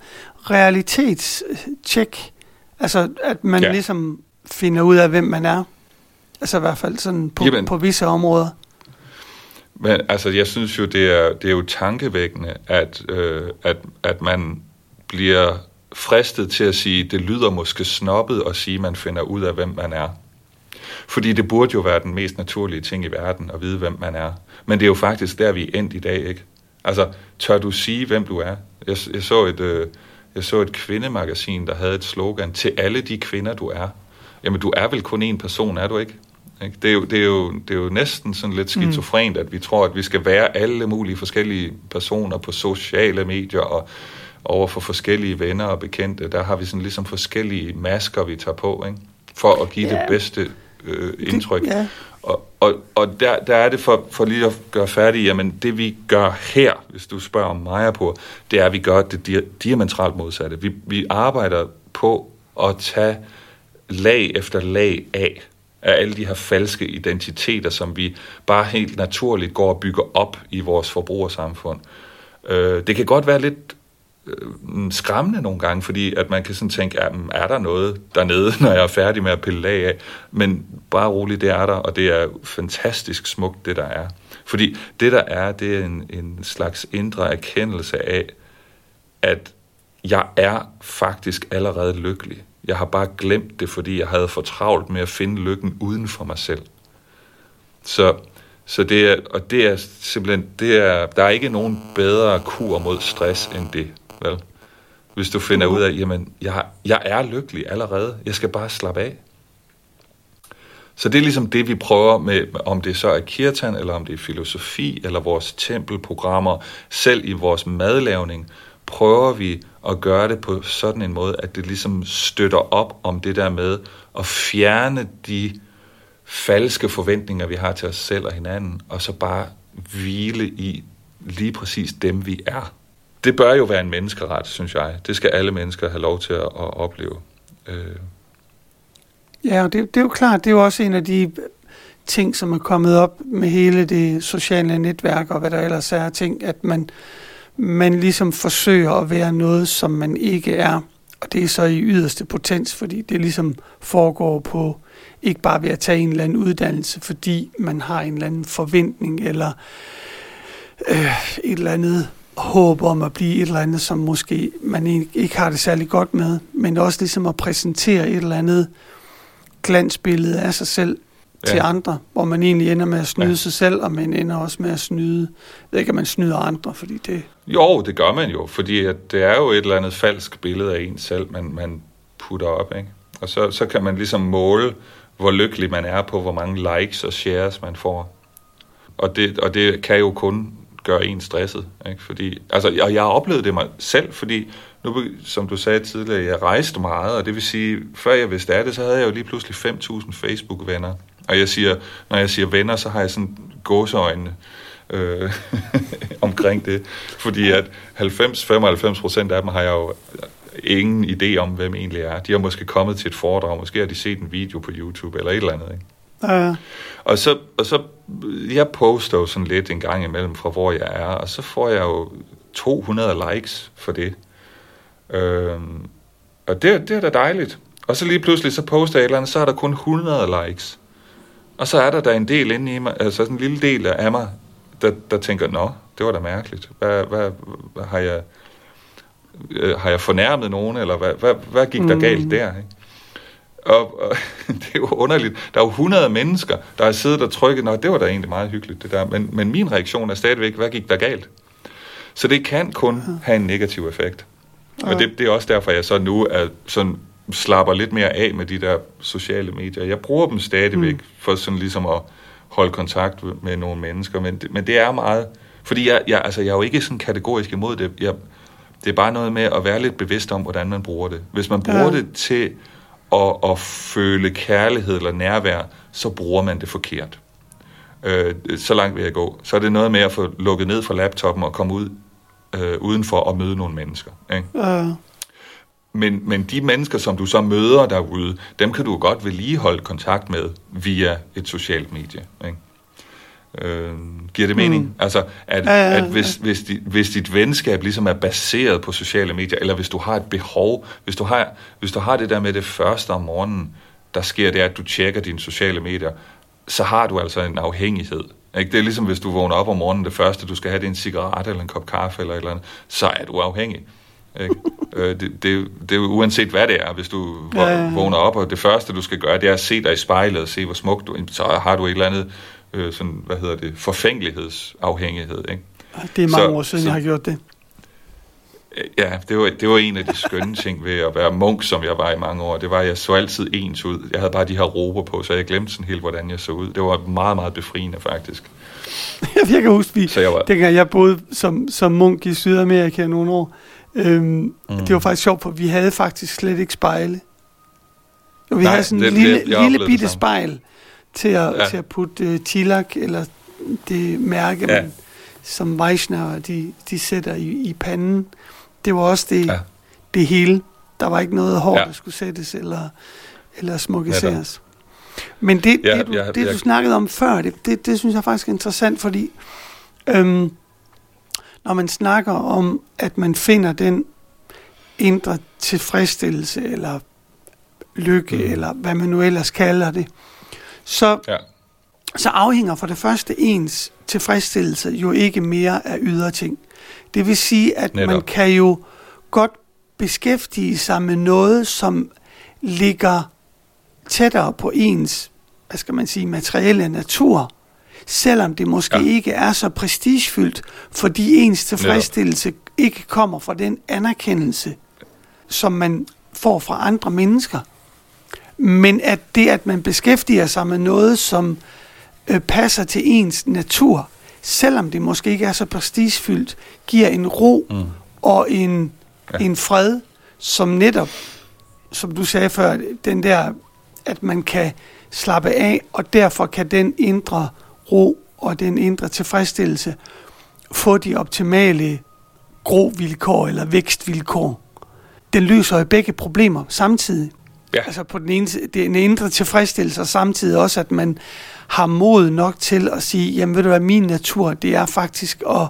Realitetstjek. Altså, at man ja. ligesom finder ud af, hvem man er. Altså i hvert fald sådan på, Jamen, på visse områder. Men altså, jeg synes jo, det er, det er jo tankevækkende, at, øh, at, at man bliver fristet til at sige, det lyder måske snobbet at sige, at man finder ud af, hvem man er. Fordi det burde jo være den mest naturlige ting i verden, at vide, hvem man er. Men det er jo faktisk der, vi er endt i dag, ikke? Altså, tør du sige, hvem du er? Jeg, jeg, så et, øh, jeg så et kvindemagasin, der havde et slogan, til alle de kvinder, du er. Jamen, du er vel kun én person, er du ikke? Det er, jo, det, er jo, det er jo næsten sådan lidt skizofrent, at vi tror, at vi skal være alle mulige forskellige personer på sociale medier og over for forskellige venner og bekendte. Der har vi sådan ligesom forskellige masker, vi tager på, ikke? For at give yeah. det bedste øh, indtryk. Det, yeah. Og, og, og der, der er det for, for lige at gøre færdigt, jamen det vi gør her, hvis du spørger om mig på, det er, at vi gør det di- diametralt modsatte. Vi, vi arbejder på at tage lag efter lag af, af alle de her falske identiteter, som vi bare helt naturligt går og bygger op i vores forbrugersamfund. Øh, det kan godt være lidt øh, skræmmende nogle gange, fordi at man kan sådan tænke, er der noget dernede, når jeg er færdig med at pille lag af? Men bare roligt, det er der, og det er fantastisk smukt, det der er. Fordi det der er, det er en, en slags indre erkendelse af, at jeg er faktisk allerede lykkelig. Jeg har bare glemt det, fordi jeg havde for travlt med at finde lykken uden for mig selv. Så, så det er, og det er simpelthen, det er, der er ikke nogen bedre kur mod stress end det, vel? Hvis du finder ud af, jamen, jeg, jeg er lykkelig allerede, jeg skal bare slappe af. Så det er ligesom det, vi prøver med, om det så er kirtan, eller om det er filosofi, eller vores tempelprogrammer, selv i vores madlavning, prøver vi at gøre det på sådan en måde, at det ligesom støtter op om det der med at fjerne de falske forventninger, vi har til os selv og hinanden, og så bare hvile i lige præcis dem, vi er. Det bør jo være en menneskeret, synes jeg. Det skal alle mennesker have lov til at, at opleve. Øh. Ja, og det, det er jo klart, det er jo også en af de ting, som er kommet op med hele det sociale netværk, og hvad der ellers er ting, at man man ligesom forsøger at være noget, som man ikke er. Og det er så i yderste potens, fordi det ligesom foregår på, ikke bare ved at tage en eller anden uddannelse, fordi man har en eller anden forventning, eller øh, et eller andet håb om at blive et eller andet, som måske man ikke har det særlig godt med, men også ligesom at præsentere et eller andet glansbillede af sig selv til ja. andre, hvor man egentlig ender med at snyde ja. sig selv, og man ender også med at snyde, jeg ved ikke, at man snyder andre, fordi det... Jo, det gør man jo, fordi at det er jo et eller andet falsk billede af en selv, man, man putter op, ikke? Og så, så kan man ligesom måle, hvor lykkelig man er på, hvor mange likes og shares man får. Og det, og det kan jo kun gøre en stresset, ikke? Fordi, altså, og jeg har oplevet det mig selv, fordi nu, som du sagde tidligere, jeg rejste meget, og det vil sige, før jeg vidste af det, så havde jeg jo lige pludselig fem tusind Facebook-venner. Og jeg siger, når jeg siger venner, så har jeg sådan gåseøjne øh, omkring det. Fordi at halvfems til femoghalvfems procent af dem har jeg jo ingen idé om, hvem egentlig er. De har måske kommet til et foredrag, måske har de set en video på YouTube eller et eller andet, ikke? Ja. Og så, og så, jeg poster jo sådan lidt en gang imellem fra, hvor jeg er, og så får jeg jo to hundrede likes for det. Øhm, og det, det er da dejligt. Og så lige pludselig, så poster jeg et eller andet, så er der kun hundrede likes. Og så er der der en del inde i mig, altså sådan en lille del af mig, der, der tænker, nå, det var da mærkeligt. Hvad, hvad, hvad har jeg øh, har jeg fornærmet nogen, eller hvad, hvad, hvad gik der galt der? Ikke? Og, og det er jo underligt. Der er jo hundrede mennesker, der har siddet og trykket, nå, det var da egentlig meget hyggeligt, det der. Men, men min reaktion er stadigvæk, hvad gik der galt? Så det kan kun have en negativ effekt. Og det, det er også derfor, jeg så nu er sådan, slapper lidt mere af med de der sociale medier. Jeg bruger dem stadigvæk mm. for sådan ligesom at holde kontakt med nogle mennesker, men det, men det er meget, fordi jeg, jeg, altså, jeg er jo ikke sådan kategorisk imod det. Jeg, det er bare noget med at være lidt bevidst om, hvordan man bruger det. Hvis man bruger ja. det til at, at føle kærlighed eller nærvær, så bruger man det forkert. Øh, så langt vil jeg gå. Så er det noget med at få lukket ned fra laptoppen og komme ud øh, udenfor og møde nogle mennesker. Ikke? Ja. Men, men de mennesker, som du så møder derude, dem kan du godt vedligeholde kontakt med via et socialt medie. Ikke? Øh, giver det mening? Mm. Altså, at, ja, ja, ja. at hvis, hvis, dit, hvis dit venskab ligesom er baseret på sociale medier, eller hvis du har et behov, hvis du har, hvis du har det der med det første om morgenen, der sker det, at du tjekker dine sociale medier, så har du altså en afhængighed. Ikke? Det er ligesom, hvis du vågner op om morgenen, det første, du skal have, det er en cigaret eller en kop kaffe eller et eller andet, så er du afhængig. Ikke? øh, det, det, det er jo uanset hvad det er. Hvis du ja, ja, ja. vågner op, og det første du skal gøre, det er at se dig i spejlet og se hvor smuk du er, så har du et eller andet øh, sådan, hvad hedder det, forfængelighedsafhængighed. Ikke? Det er mange så, år siden så, jeg har gjort det. Ja, det var, det var en af de skønne ting ved at være munk, som jeg var i mange år. Det var, at jeg så altid ens ud. Jeg havde bare de her rober på, så jeg glemte sådan helt, hvordan jeg så ud. Det var meget, meget befriende faktisk. Jeg kan huske, vi, var... dengang jeg boede som, som munk i Sydamerika nogle år, øhm, mm. det var faktisk sjovt, for vi havde faktisk slet ikke spejle. Og vi Nej, havde sådan en lille, det, lille bitte spejl til at, ja. til at putte uh, tilak, eller det mærke, ja. man, som Weissner, de, de sætter i, i panden. Det var også det, ja. det hele. Der var ikke noget hår, ja. der skulle sættes eller, eller smukkeseres. Ja, Men det, ja, det, du, ja, det, du snakkede om før, det, det, det synes jeg faktisk er interessant, fordi øhm, når man snakker om, at man finder den indre tilfredsstillelse, eller lykke, mm. eller hvad man nu ellers kalder det, så, ja. så afhænger for det første ens tilfredsstillelse jo ikke mere af ydre ting. Det vil sige, at Netop. man kan jo godt beskæftige sig med noget, som ligger tættere på ens, hvad skal man sige, materielle natur, selvom det måske ja. ikke er så prestigefyldt, fordi ens tilfredsstillelse Netop. ikke kommer fra den anerkendelse, som man får fra andre mennesker. Men at det, at man beskæftiger sig med noget, som øh, passer til ens natur, selvom det måske ikke er så prestigefyldt, giver en ro mm. og en, ja. en fred, som netop, som du sagde før, den der, at man kan slappe af, og derfor kan den indre ro og den indre tilfredsstillelse få de optimale grovilkår eller vækstvilkår. Den løser jo begge problemer samtidig. Ja. Altså på den ene den indre tilfredsstillelse, og samtidig også, at man har mod nok til at sige, jamen ved du hvad, min natur, det er faktisk at,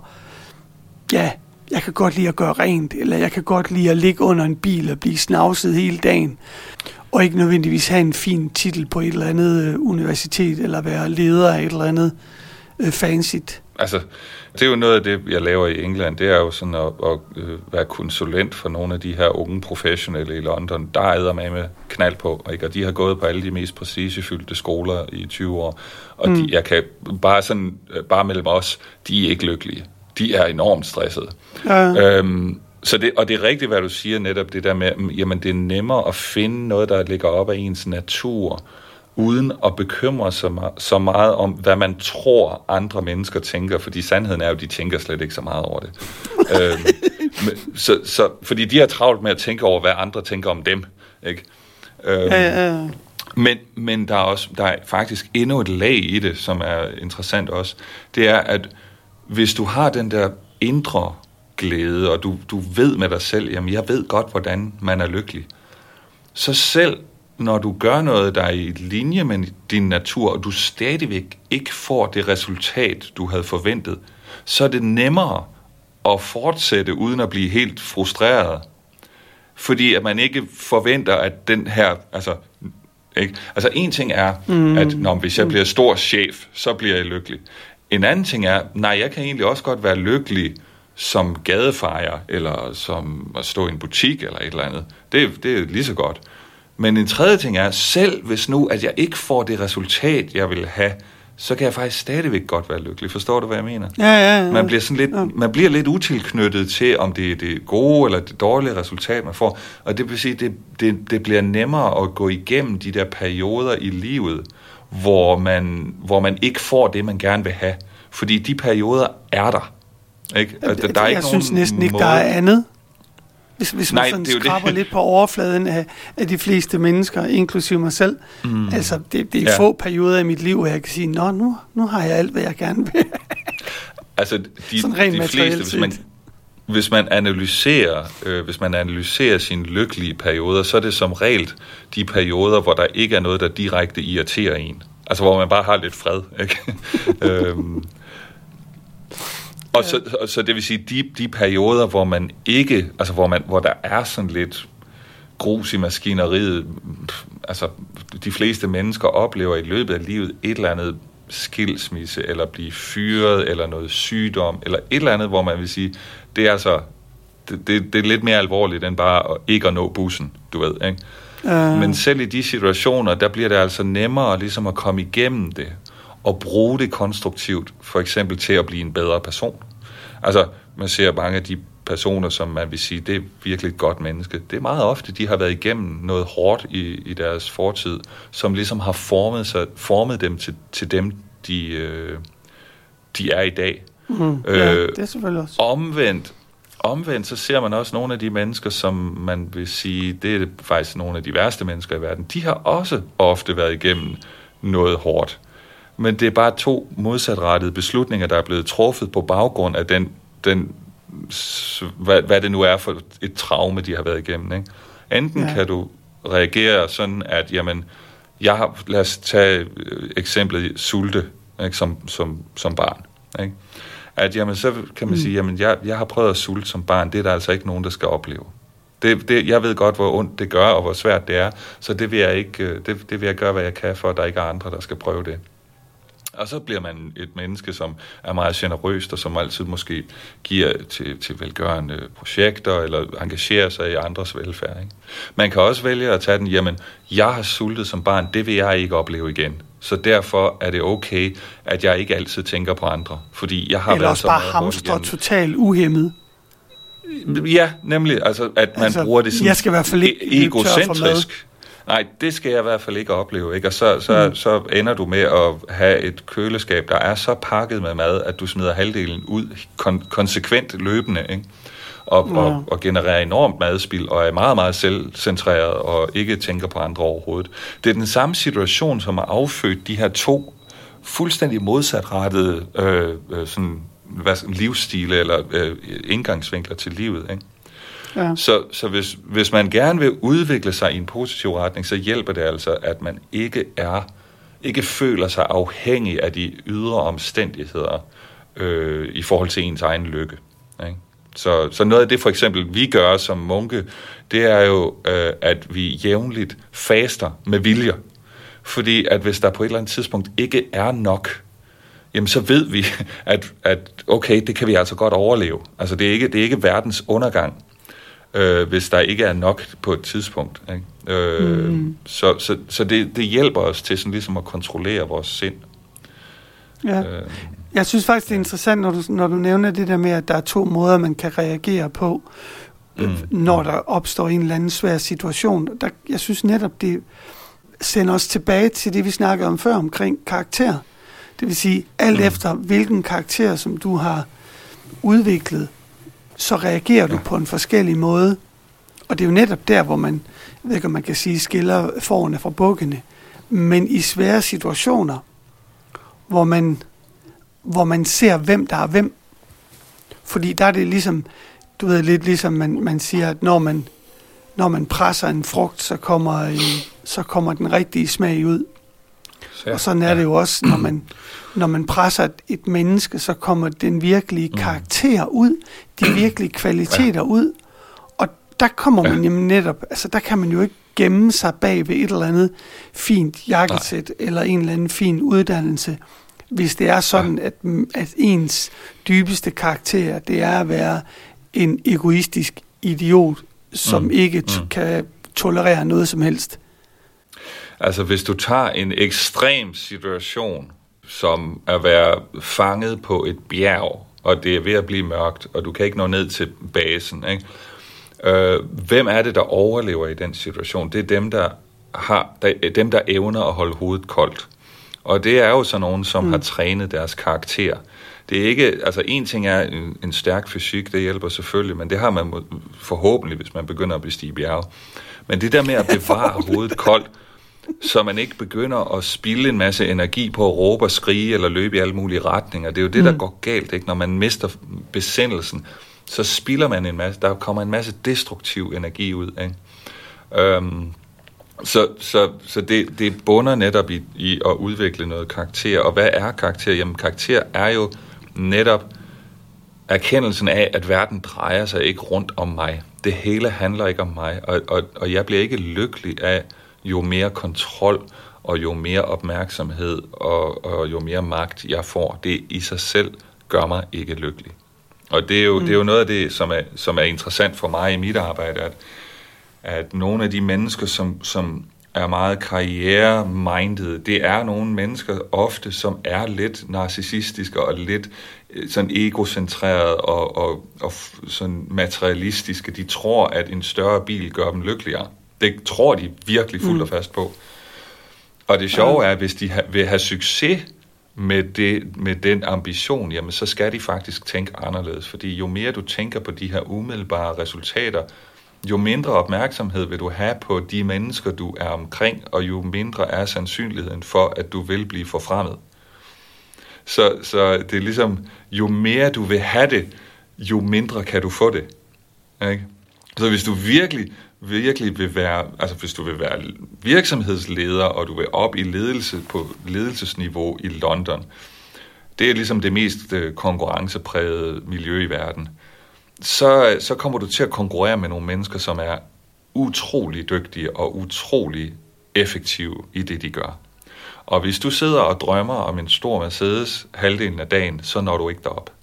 ja, jeg kan godt lide at gøre rent, eller jeg kan godt lide at ligge under en bil og blive snavset hele dagen, og ikke nødvendigvis have en fin titel på et eller andet øh, universitet, eller være leder af et eller andet øh, fancyt. Altså, det er jo noget af det, jeg laver i England, det er jo sådan at, at øh, være konsulent for nogle af de her unge professionelle i London. Der er eddermame knald på, ikke? Og de har gået på alle de mest prestigefyldte skoler i tyve år, og mm. de, jeg kan bare sådan, bare mellem os, de er ikke lykkelige. De er enormt stressede. Ja. Øhm, så det, og det er rigtigt, hvad du siger netop, det der med, jamen det er nemmere at finde noget, der ligger op af ens natur, uden at bekymre sig så meget om, hvad man tror, andre mennesker tænker, fordi sandheden er jo, de tænker slet ikke så meget over det. øhm, så, så, fordi de har travlt med at tænke over, hvad andre tænker om dem. Ikke? Øhm, ja, ja, ja. Men, men der er også der er faktisk endnu et lag i det, som er interessant også. Det er, at hvis du har den der indre glæde, og du, du ved med dig selv, jamen jeg ved godt, hvordan man er lykkelig, så selv når du gør noget, der er i linje med din natur, og du stadigvæk ikke får det resultat, du havde forventet, så er det nemmere at fortsætte, uden at blive helt frustreret. Fordi at man ikke forventer, at den her, altså Ikke? Altså en ting er, mm. at når, hvis jeg bliver stor chef, så bliver jeg lykkelig. En anden ting er, nej, jeg kan egentlig også godt være lykkelig som gadefejer, eller som at stå i en butik, eller et eller andet. Det, det er lige så godt. Men en tredje ting er, selv hvis nu, at jeg ikke får det resultat, jeg vil have, så kan jeg faktisk stadigvæk godt være lykkelig. Forstår du, hvad jeg mener? Ja, ja, ja. Man bliver sådan lidt, ja. man bliver lidt utilknyttet til, om det er det gode eller det dårlige resultat, man får. Og det vil sige, det, det, det bliver nemmere at gå igennem de der perioder i livet, hvor man, hvor man ikke får det, man gerne vil have. Fordi de perioder er der. Ikke? Altså, der er jeg ikke synes nogen næsten ikke, måde... der er andet. Hvis, hvis man Nej, sådan skraber lidt på overfladen af, af de fleste mennesker, inklusive mig selv. Mm. Altså, det, det er ja. få perioder i mit liv, hvor jeg kan sige, nå, nu, nu har jeg alt, hvad jeg gerne vil. Altså, de, de fleste, hvis man, hvis man analyserer, øh, hvis man analyserer sine lykkelige perioder, så er det som regel de perioder, hvor der ikke er noget, der direkte irriterer en. Altså, hvor man bare har lidt fred, ikke? øhm, Og så, og så det vil sige, de, de perioder, hvor man ikke, altså hvor, man, hvor der er sådan lidt grus i maskineriet, altså de fleste mennesker oplever i løbet af livet et eller andet skilsmisse, eller blive fyret, eller noget sygdom, eller et eller andet, hvor man vil sige, det er altså, det, det, det er lidt mere alvorligt, end bare at ikke at nå bussen, du ved, ikke? Uh. Men selv i de situationer, der bliver det altså nemmere ligesom at komme igennem det, og bruge det konstruktivt, for eksempel til at blive en bedre person. Altså, man ser mange af de personer, som man vil sige, det er virkelig et godt menneske. Det er meget ofte, de har været igennem noget hårdt i, i deres fortid, som ligesom har formet, sig, formet dem til, til dem, de, øh, de er i dag. Mm, øh, ja, det er selvfølgelig også. Omvendt, omvendt, så ser man også nogle af de mennesker, som man vil sige, det er faktisk nogle af de værste mennesker i verden. De har også ofte været igennem noget hårdt. Men det er bare to modsatrettede beslutninger, der er blevet truffet på baggrund af den, den hvad, hvad det nu er for et traume, de har været igennem. Ikke? Enten ja. kan du reagere sådan, at jamen, jeg har, lad os tage eksemplet sulte, ikke, som, som, som barn. Ikke? At jamen, så kan man mm. sige, jamen, jeg, jeg har prøvet at sulte som barn, det er der altså ikke nogen, der skal opleve. Det, det, jeg ved godt, hvor ondt det gør, og hvor svært det er, så det vil jeg, ikke, det, det vil jeg gøre, hvad jeg kan, for at der ikke er andre, der skal prøve det. Og så bliver man et menneske, som er meget generøst, og som altid måske giver til, til velgørende projekter, eller engagerer sig i andres velfærd. Ikke? Man kan også vælge at tage den, jamen, jeg har sultet som barn, det vil jeg ikke opleve igen. Så derfor er det okay, at jeg ikke altid tænker på andre. Fordi jeg har eller været også bare hamstre totalt uhæmmet. Ja, nemlig, altså, at man altså, bruger det sådan jeg skal i hvert fald ikke egocentrisk. Nej, det skal jeg i hvert fald ikke opleve, ikke? Og så, så, mm. så ender du med at have et køleskab, der er så pakket med mad, at du smider halvdelen ud kon- konsekvent løbende, ikke? Og, ja. og, og genererer enormt madspild, og er meget, meget selvcentreret, og ikke tænker på andre overhovedet. Det er den samme situation, som har affødt de her to fuldstændig modsatrettede øh, øh, sådan, hvad, livsstile, eller øh, indgangsvinkler til livet, ikke? Ja. Så, så hvis, hvis man gerne vil udvikle sig i en positiv retning, så hjælper det altså, at man ikke er, ikke føler sig afhængig af de ydre omstændigheder øh, i forhold til ens egen lykke. Ikke? Så, så noget af det, for eksempel, vi gør som munke, det er jo, øh, at vi jævnligt faster med vilje. Fordi at hvis der på et eller andet tidspunkt ikke er nok, jamen så ved vi, at, at okay, det kan vi altså godt overleve. Altså det er ikke, det er ikke verdens undergang. Øh, hvis der ikke er nok på et tidspunkt. Ikke? Øh, mm. Så, så, så det, det hjælper os til sådan ligesom at kontrollere vores sind. Ja. Øh, Jeg synes faktisk, det er interessant, når du, når du nævner det der med, at der er to måder, man kan reagere på, mm. når der opstår en eller anden svær situation. Der, jeg synes netop, det sender os tilbage til det, vi snakkede om før, omkring karakter. Det vil sige, alt mm. efter hvilken karakter, som du har udviklet, så reagerer du på en forskellig måde. Og det er jo netop der, hvor man, jeg ved ikke, om man kan sige, skiller fårene fra bukkene. Men i svære situationer, hvor man, hvor man ser, hvem der er hvem. Fordi der er det ligesom, du ved, lidt ligesom man, man siger, at når man, når man presser en frugt, så kommer, i, så kommer den rigtige smag ud. Og sådan er det jo også, når man, når man presser et, et menneske, så kommer den virkelige karakter ud, de virkelige kvaliteter ud, og der kommer man ja. jo netop, altså der kan man jo ikke gemme sig bag ved et eller andet fint jakkesæt, Nej. eller en eller anden fin uddannelse, hvis det er sådan, ja. at, at ens dybeste karakter, det er at være en egoistisk idiot, som mm. ikke t- mm. kan tolerere noget som helst. Altså hvis du tager en ekstrem situation, som at være fanget på et bjerg, og det er ved at blive mørkt, og du kan ikke nå ned til basen, ikke? Øh, hvem er det, der overlever i den situation? Det er dem, der har, der, dem, der evner at holde hovedet koldt. Og det er jo så nogen, som mm. har trænet deres karakter. Det er ikke, altså en ting er en, en stærk fysik, det hjælper selvfølgelig, men det har man forhåbentlig, hvis man begynder at bestige bjerge. Men det der med at bevare hovedet koldt, så man ikke begynder at spilde en masse energi på at råbe og skrige eller løbe i alle mulige retninger. Det er jo det, der mm. går galt, ikke? Når man mister besindelsen, så spilder man en masse, der kommer en masse destruktiv energi ud, ikke? Øhm, så så, så det, det bunder netop i, i at udvikle noget karakter. Og hvad er karakter? Jamen karakter er jo netop erkendelsen af, at verden drejer sig ikke rundt om mig. Det hele handler ikke om mig, og, og, og jeg bliver ikke lykkelig af jo mere kontrol og jo mere opmærksomhed og, og jo mere magt jeg får. Det i sig selv gør mig ikke lykkelig. Og det er jo, mm. det er jo noget af det, som er, som er interessant for mig i mit arbejde, at, at nogle af de mennesker, som, som er meget karriere-minded, det er nogle mennesker ofte, som er lidt narcissistiske og lidt sådan egocentrerede og, og, og sådan materialistiske. De tror, at en større bil gør dem lykkeligere. Det tror de virkelig fuldt mm. og fast på. Og det sjove er, at hvis de ha- vil have succes med, det, med den ambition, jamen så skal de faktisk tænke anderledes. Fordi jo mere du tænker på de her umiddelbare resultater, jo mindre opmærksomhed vil du have på de mennesker, du er omkring, og jo mindre er sandsynligheden for, at du vil blive forfremmet. Så, så det er ligesom, jo mere du vil have det, jo mindre kan du få det. Ikke? Så hvis du virkelig, virkelig vil være, altså hvis du vil være virksomhedsleder, og du vil op i ledelse på ledelsesniveau i London, det er ligesom det mest konkurrenceprægede miljø i verden, så, så kommer du til at konkurrere med nogle mennesker, som er utrolig dygtige og utrolig effektive i det, de gør. Og hvis du sidder og drømmer om en stor Mercedes halvdelen af dagen, så når du ikke derop.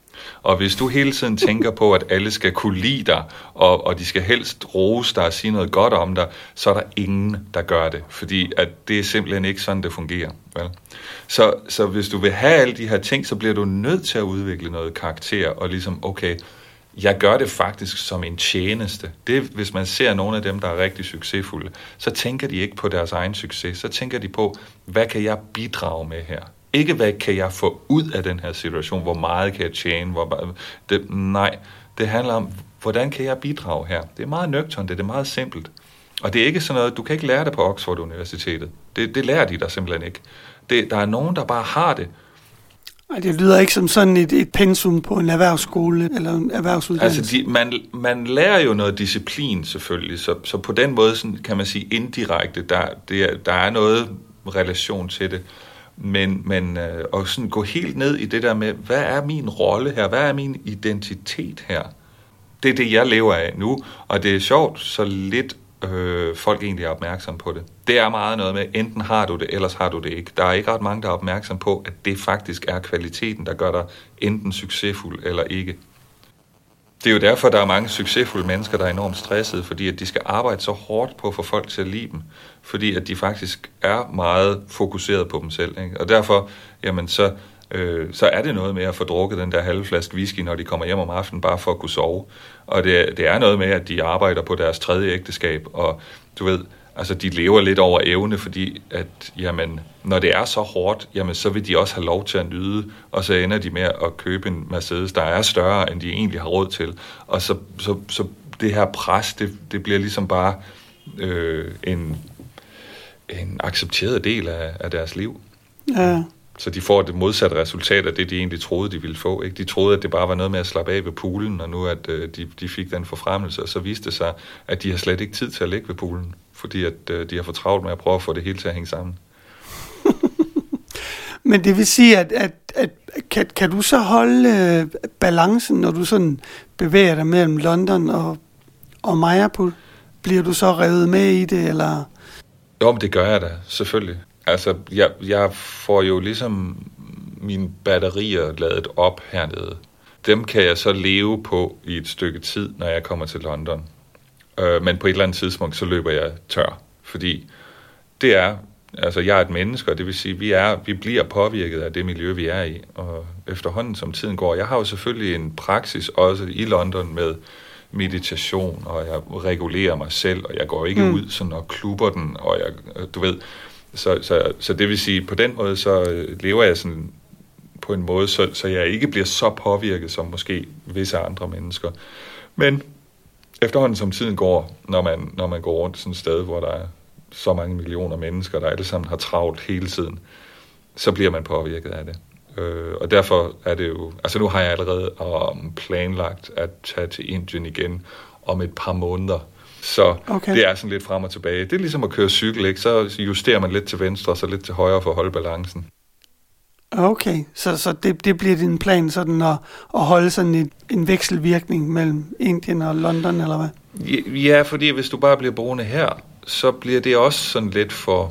Og hvis du hele tiden tænker på, at alle skal kunne lide dig, og, og de skal helst rose dig og sige noget godt om dig, så er der ingen, der gør det. Fordi at det er simpelthen ikke sådan, det fungerer. Vel? Så, så hvis du vil have alle de her ting, så bliver du nødt til at udvikle noget karakter, og ligesom, okay, jeg gør det faktisk som en tjeneste. Det, hvis man ser nogle af dem, der er rigtig succesfulde, så tænker de ikke på deres egen succes. Så tænker de på, hvad kan jeg bidrage med her? Ikke hvad kan jeg få ud af den her situation, hvor meget kan jeg tjene, hvor, det, nej, det handler om, hvordan kan jeg bidrage her? Det er meget nøgternt, det er meget simpelt. Og det er ikke sådan noget, du kan ikke lære det på Oxford Universitetet. Det, det lærer de der simpelthen ikke. Det, der er nogen, der bare har det. Ej, det lyder ikke som sådan et, et pensum på en erhvervsskole eller en erhvervsuddannelse. Altså, de, man, man lærer jo noget disciplin selvfølgelig, så, så på den måde sådan, kan man sige indirekte, der, det, der er noget relation til det. Men, men øh, at sådan gå helt ned i det der med, hvad er min rolle her? Hvad er min identitet her? Det er det, jeg lever af nu, og det er sjovt, så lidt øh, folk egentlig er opmærksom på det. Det er meget noget med, enten har du det, ellers har du det ikke. Der er ikke ret mange, der er opmærksom på, at det faktisk er kvaliteten, der gør dig enten succesfuld eller ikke. Det er jo derfor, der er mange succesfulde mennesker, der er enormt stressede, fordi at de skal arbejde så hårdt på at få folk til at lide dem, fordi at de faktisk er meget fokuseret på dem selv. Ikke? Og derfor, jamen så, øh, så er det noget med at få drukket den der halve flaske whisky, når de kommer hjem om aftenen, bare for at kunne sove. Og det, det er noget med, at de arbejder på deres tredje ægteskab, og du ved, altså de lever lidt over evne, fordi at, jamen, når det er så hårdt, jamen, så vil de også have lov til at nyde, og så ender de med at købe en Mercedes, der er større, end de egentlig har råd til. Og så, så, så det her pres, det, det bliver ligesom bare øh, en, en accepteret del af, af deres liv. Ja. Så de får det modsatte resultat af det, de egentlig troede, de ville få. Ikke? De troede, at det bare var noget med at slappe af ved poolen, og nu at øh, de, de fik den forfremmelse, og så viste det sig, at de har slet ikke tid til at ligge ved poolen, fordi at øh, de har for travlt med at prøve at få det hele til at hænge sammen. Men det vil sige, at, at, at kan, kan du så holde øh, balancen, når du sådan bevæger dig mellem London og, og Majaput. Bliver du så revet med i det, eller? Jo, men det gør jeg da, selvfølgelig. Altså, jeg, jeg får jo ligesom mine batterier ladet op hernede. Dem kan jeg så leve på i et stykke tid, når jeg kommer til London. Øh, men på et eller andet tidspunkt, så løber jeg tør. Fordi det er, altså jeg er et menneske, og det vil sige, vi er, vi bliver påvirket af det miljø, vi er i. Og efterhånden, som tiden går, jeg har jo selvfølgelig en praksis også i London med meditation, og jeg regulerer mig selv, og jeg går ikke mm. ud sådan og klubber den, og jeg, du ved, så, så, så det vil sige, på den måde, så lever jeg sådan på en måde, så, så jeg ikke bliver så påvirket som måske visse andre mennesker. Men efterhånden som tiden går, når man, når man går rundt sådan et sted, hvor der er så mange millioner mennesker, der alle sammen har travlt hele tiden, så bliver man påvirket af det. Øh, og derfor er det jo, altså nu har jeg allerede um, planlagt at tage til Indien igen om et par måneder. Så okay. Det er sådan lidt frem og tilbage. Det er ligesom at køre cykel, ikke? Så justerer man lidt til venstre, og så lidt til højre for at holde balancen. Okay, så, så det, det bliver din plan sådan at, at holde sådan et, en vekselvirkning mellem Indien og London, eller hvad? Ja, fordi hvis du bare bliver boende her, så bliver det også sådan lidt for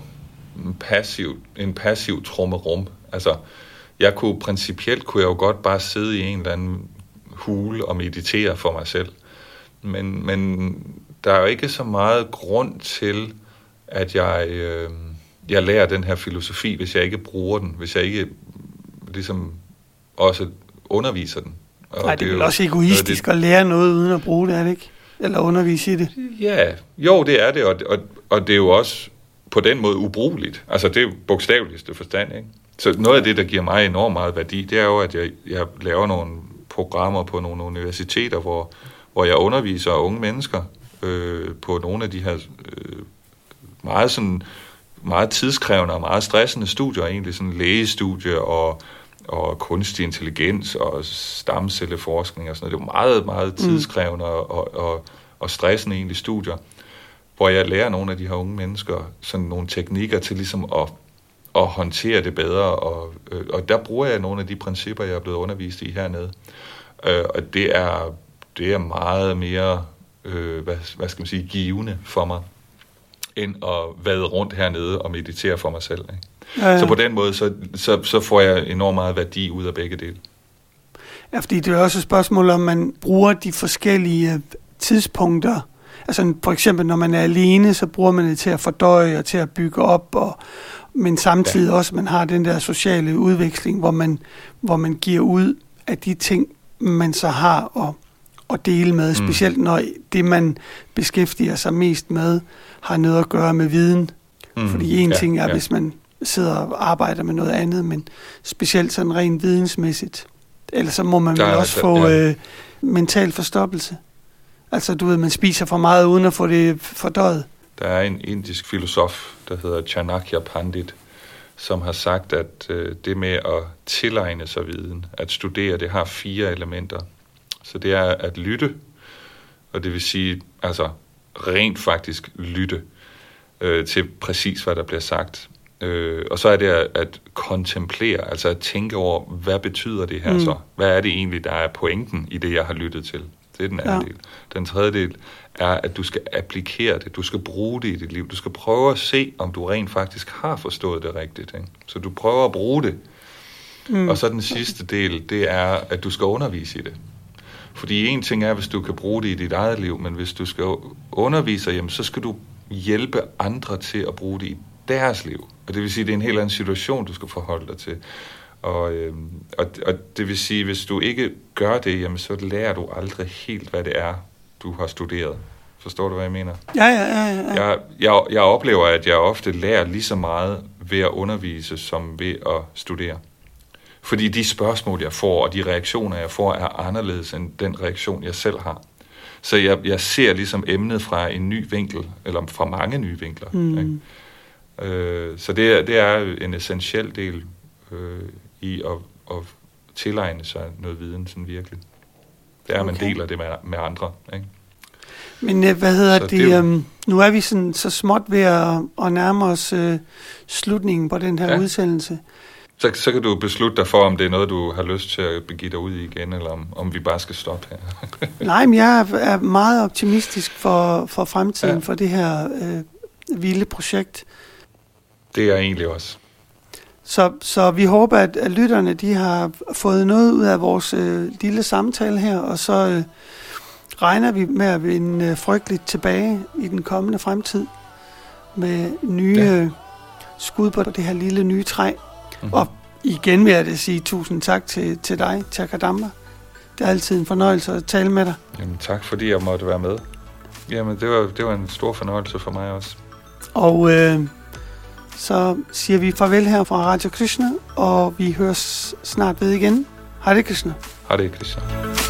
passiv, en passiv trummerum. Altså, jeg kunne principielt kunne jeg jo godt bare sidde i en eller anden hule og meditere for mig selv. Men, men der er jo ikke så meget grund til, at jeg, øh, jeg lærer den her filosofi, hvis jeg ikke bruger den, hvis jeg ikke ligesom også underviser den. Og Nej, det, det er vel jo også egoistisk det, at lære noget uden at bruge det, er det ikke? Eller undervise i det? Ja, jo, det er det, og, og, og det er jo også på den måde ubrugeligt. Altså, det er jo bogstaveligste forstand, ikke? Så noget af det, der giver mig enormt meget værdi, det er jo, at jeg, jeg laver nogle programmer på nogle universiteter, hvor, hvor jeg underviser unge mennesker øh, på nogle af de her øh, meget, sådan, meget tidskrævende og meget stressende studier, egentlig sådan lægestudier og, og kunstig intelligens og stamcelleforskning og sådan noget. Det er meget, meget tidskrævende og, og, og, og stressende egentlig studier, hvor jeg lærer nogle af de her unge mennesker sådan nogle teknikker til ligesom at og håndtere det bedre, og, øh, og der bruger jeg nogle af de principper, jeg er blevet undervist i hernede. Øh, og det er, det er meget mere, øh, hvad, hvad skal man sige, givende for mig, end at vade rundt hernede og meditere for mig selv. Ikke? Ja, ja. Så på den måde, så, så, så får jeg enormt meget værdi ud af begge dele. Ja, fordi det er også et spørgsmål, om man bruger de forskellige tidspunkter. Altså for eksempel, når man er alene, så bruger man det til at fordøje og til at bygge op, og men samtidig ja. også, man har den der sociale udveksling, hvor man, hvor man giver ud af de ting, man så har at, at dele med, mm. specielt når det, man beskæftiger sig mest med, har noget at gøre med viden. Mm. Fordi en ja, ting er, ja. hvis man sidder og arbejder med noget andet, men specielt sådan rent vidensmæssigt. Ellers så må man vel også få ja. øh, mental forstoppelse. Altså, du ved, man spiser for meget, uden at få det fordøjet. Der er en indisk filosof, der hedder Chanakya Pandit, som har sagt, at øh, det med at tilegne sig viden, at studere, det har fire elementer. Så det er at lytte, og det vil sige, altså rent faktisk lytte øh, til præcis, hvad der bliver sagt. Øh, og så er det at, at kontemplere, altså at tænke over, hvad betyder det her mm. så? Hvad er det egentlig, der er pointen i det, jeg har lyttet til? Det er den anden ja. del. Den tredje del er, at du skal applikere det. Du skal bruge det i dit liv. Du skal prøve at se, om du rent faktisk har forstået det rigtigt. Ikke? Så du prøver at bruge det. Mm. Og så den sidste del, det er, at du skal undervise i det. Fordi en ting er, hvis du kan bruge det i dit eget liv, men hvis du skal undervise, jamen, så skal du hjælpe andre til at bruge det i deres liv. Og det vil sige, at det er en helt anden situation, du skal forholde dig til. Og, øh, og, og det vil sige, hvis du ikke gør det, jamen, så lærer du aldrig helt, hvad det er, du har studeret. Forstår du, hvad jeg mener? Ja, ja, ja. ja. Jeg, jeg, jeg oplever, at jeg ofte lærer lige så meget ved at undervise, som ved at studere. Fordi de spørgsmål, jeg får, og de reaktioner, jeg får, er anderledes end den reaktion, jeg selv har. Så jeg, jeg ser ligesom emnet fra en ny vinkel, eller fra mange nye vinkler. Mm. Ikke? Øh, så det, det er en essentiel del øh, i at, at tilegne sig noget viden, sådan virkelig. Det er, at man okay. deler det med, med andre. Ikke? Men hvad hedder så det? det um, nu er vi sådan så småt ved at, at nærme os uh, slutningen på den her ja. udsendelse. Så, så kan du beslutte dig for, om det er noget, du har lyst til at begive dig ud i igen, eller om, om vi bare skal stoppe her. Nej, men jeg er meget optimistisk for, for fremtiden, ja. For det her øh, vilde projekt. Det er jeg egentlig også. Så, så vi håber, at, at lytterne de har fået noget ud af vores øh, lille samtale her, og så øh, regner vi med at vende øh, frygteligt tilbage i den kommende fremtid med nye ja. øh, skud på det her lille nye træ. Mm-hmm. Og igen vil jeg det sige tusind tak til, til dig, Chakadamba. Det er altid en fornøjelse at tale med dig. Jamen tak, fordi jeg måtte være med. Jamen det var, det var en stor fornøjelse for mig også. Og øh, så siger vi farvel her fra Radio Krishna, og vi høres snart ved igen. Hare Krishna. Hare Krishna.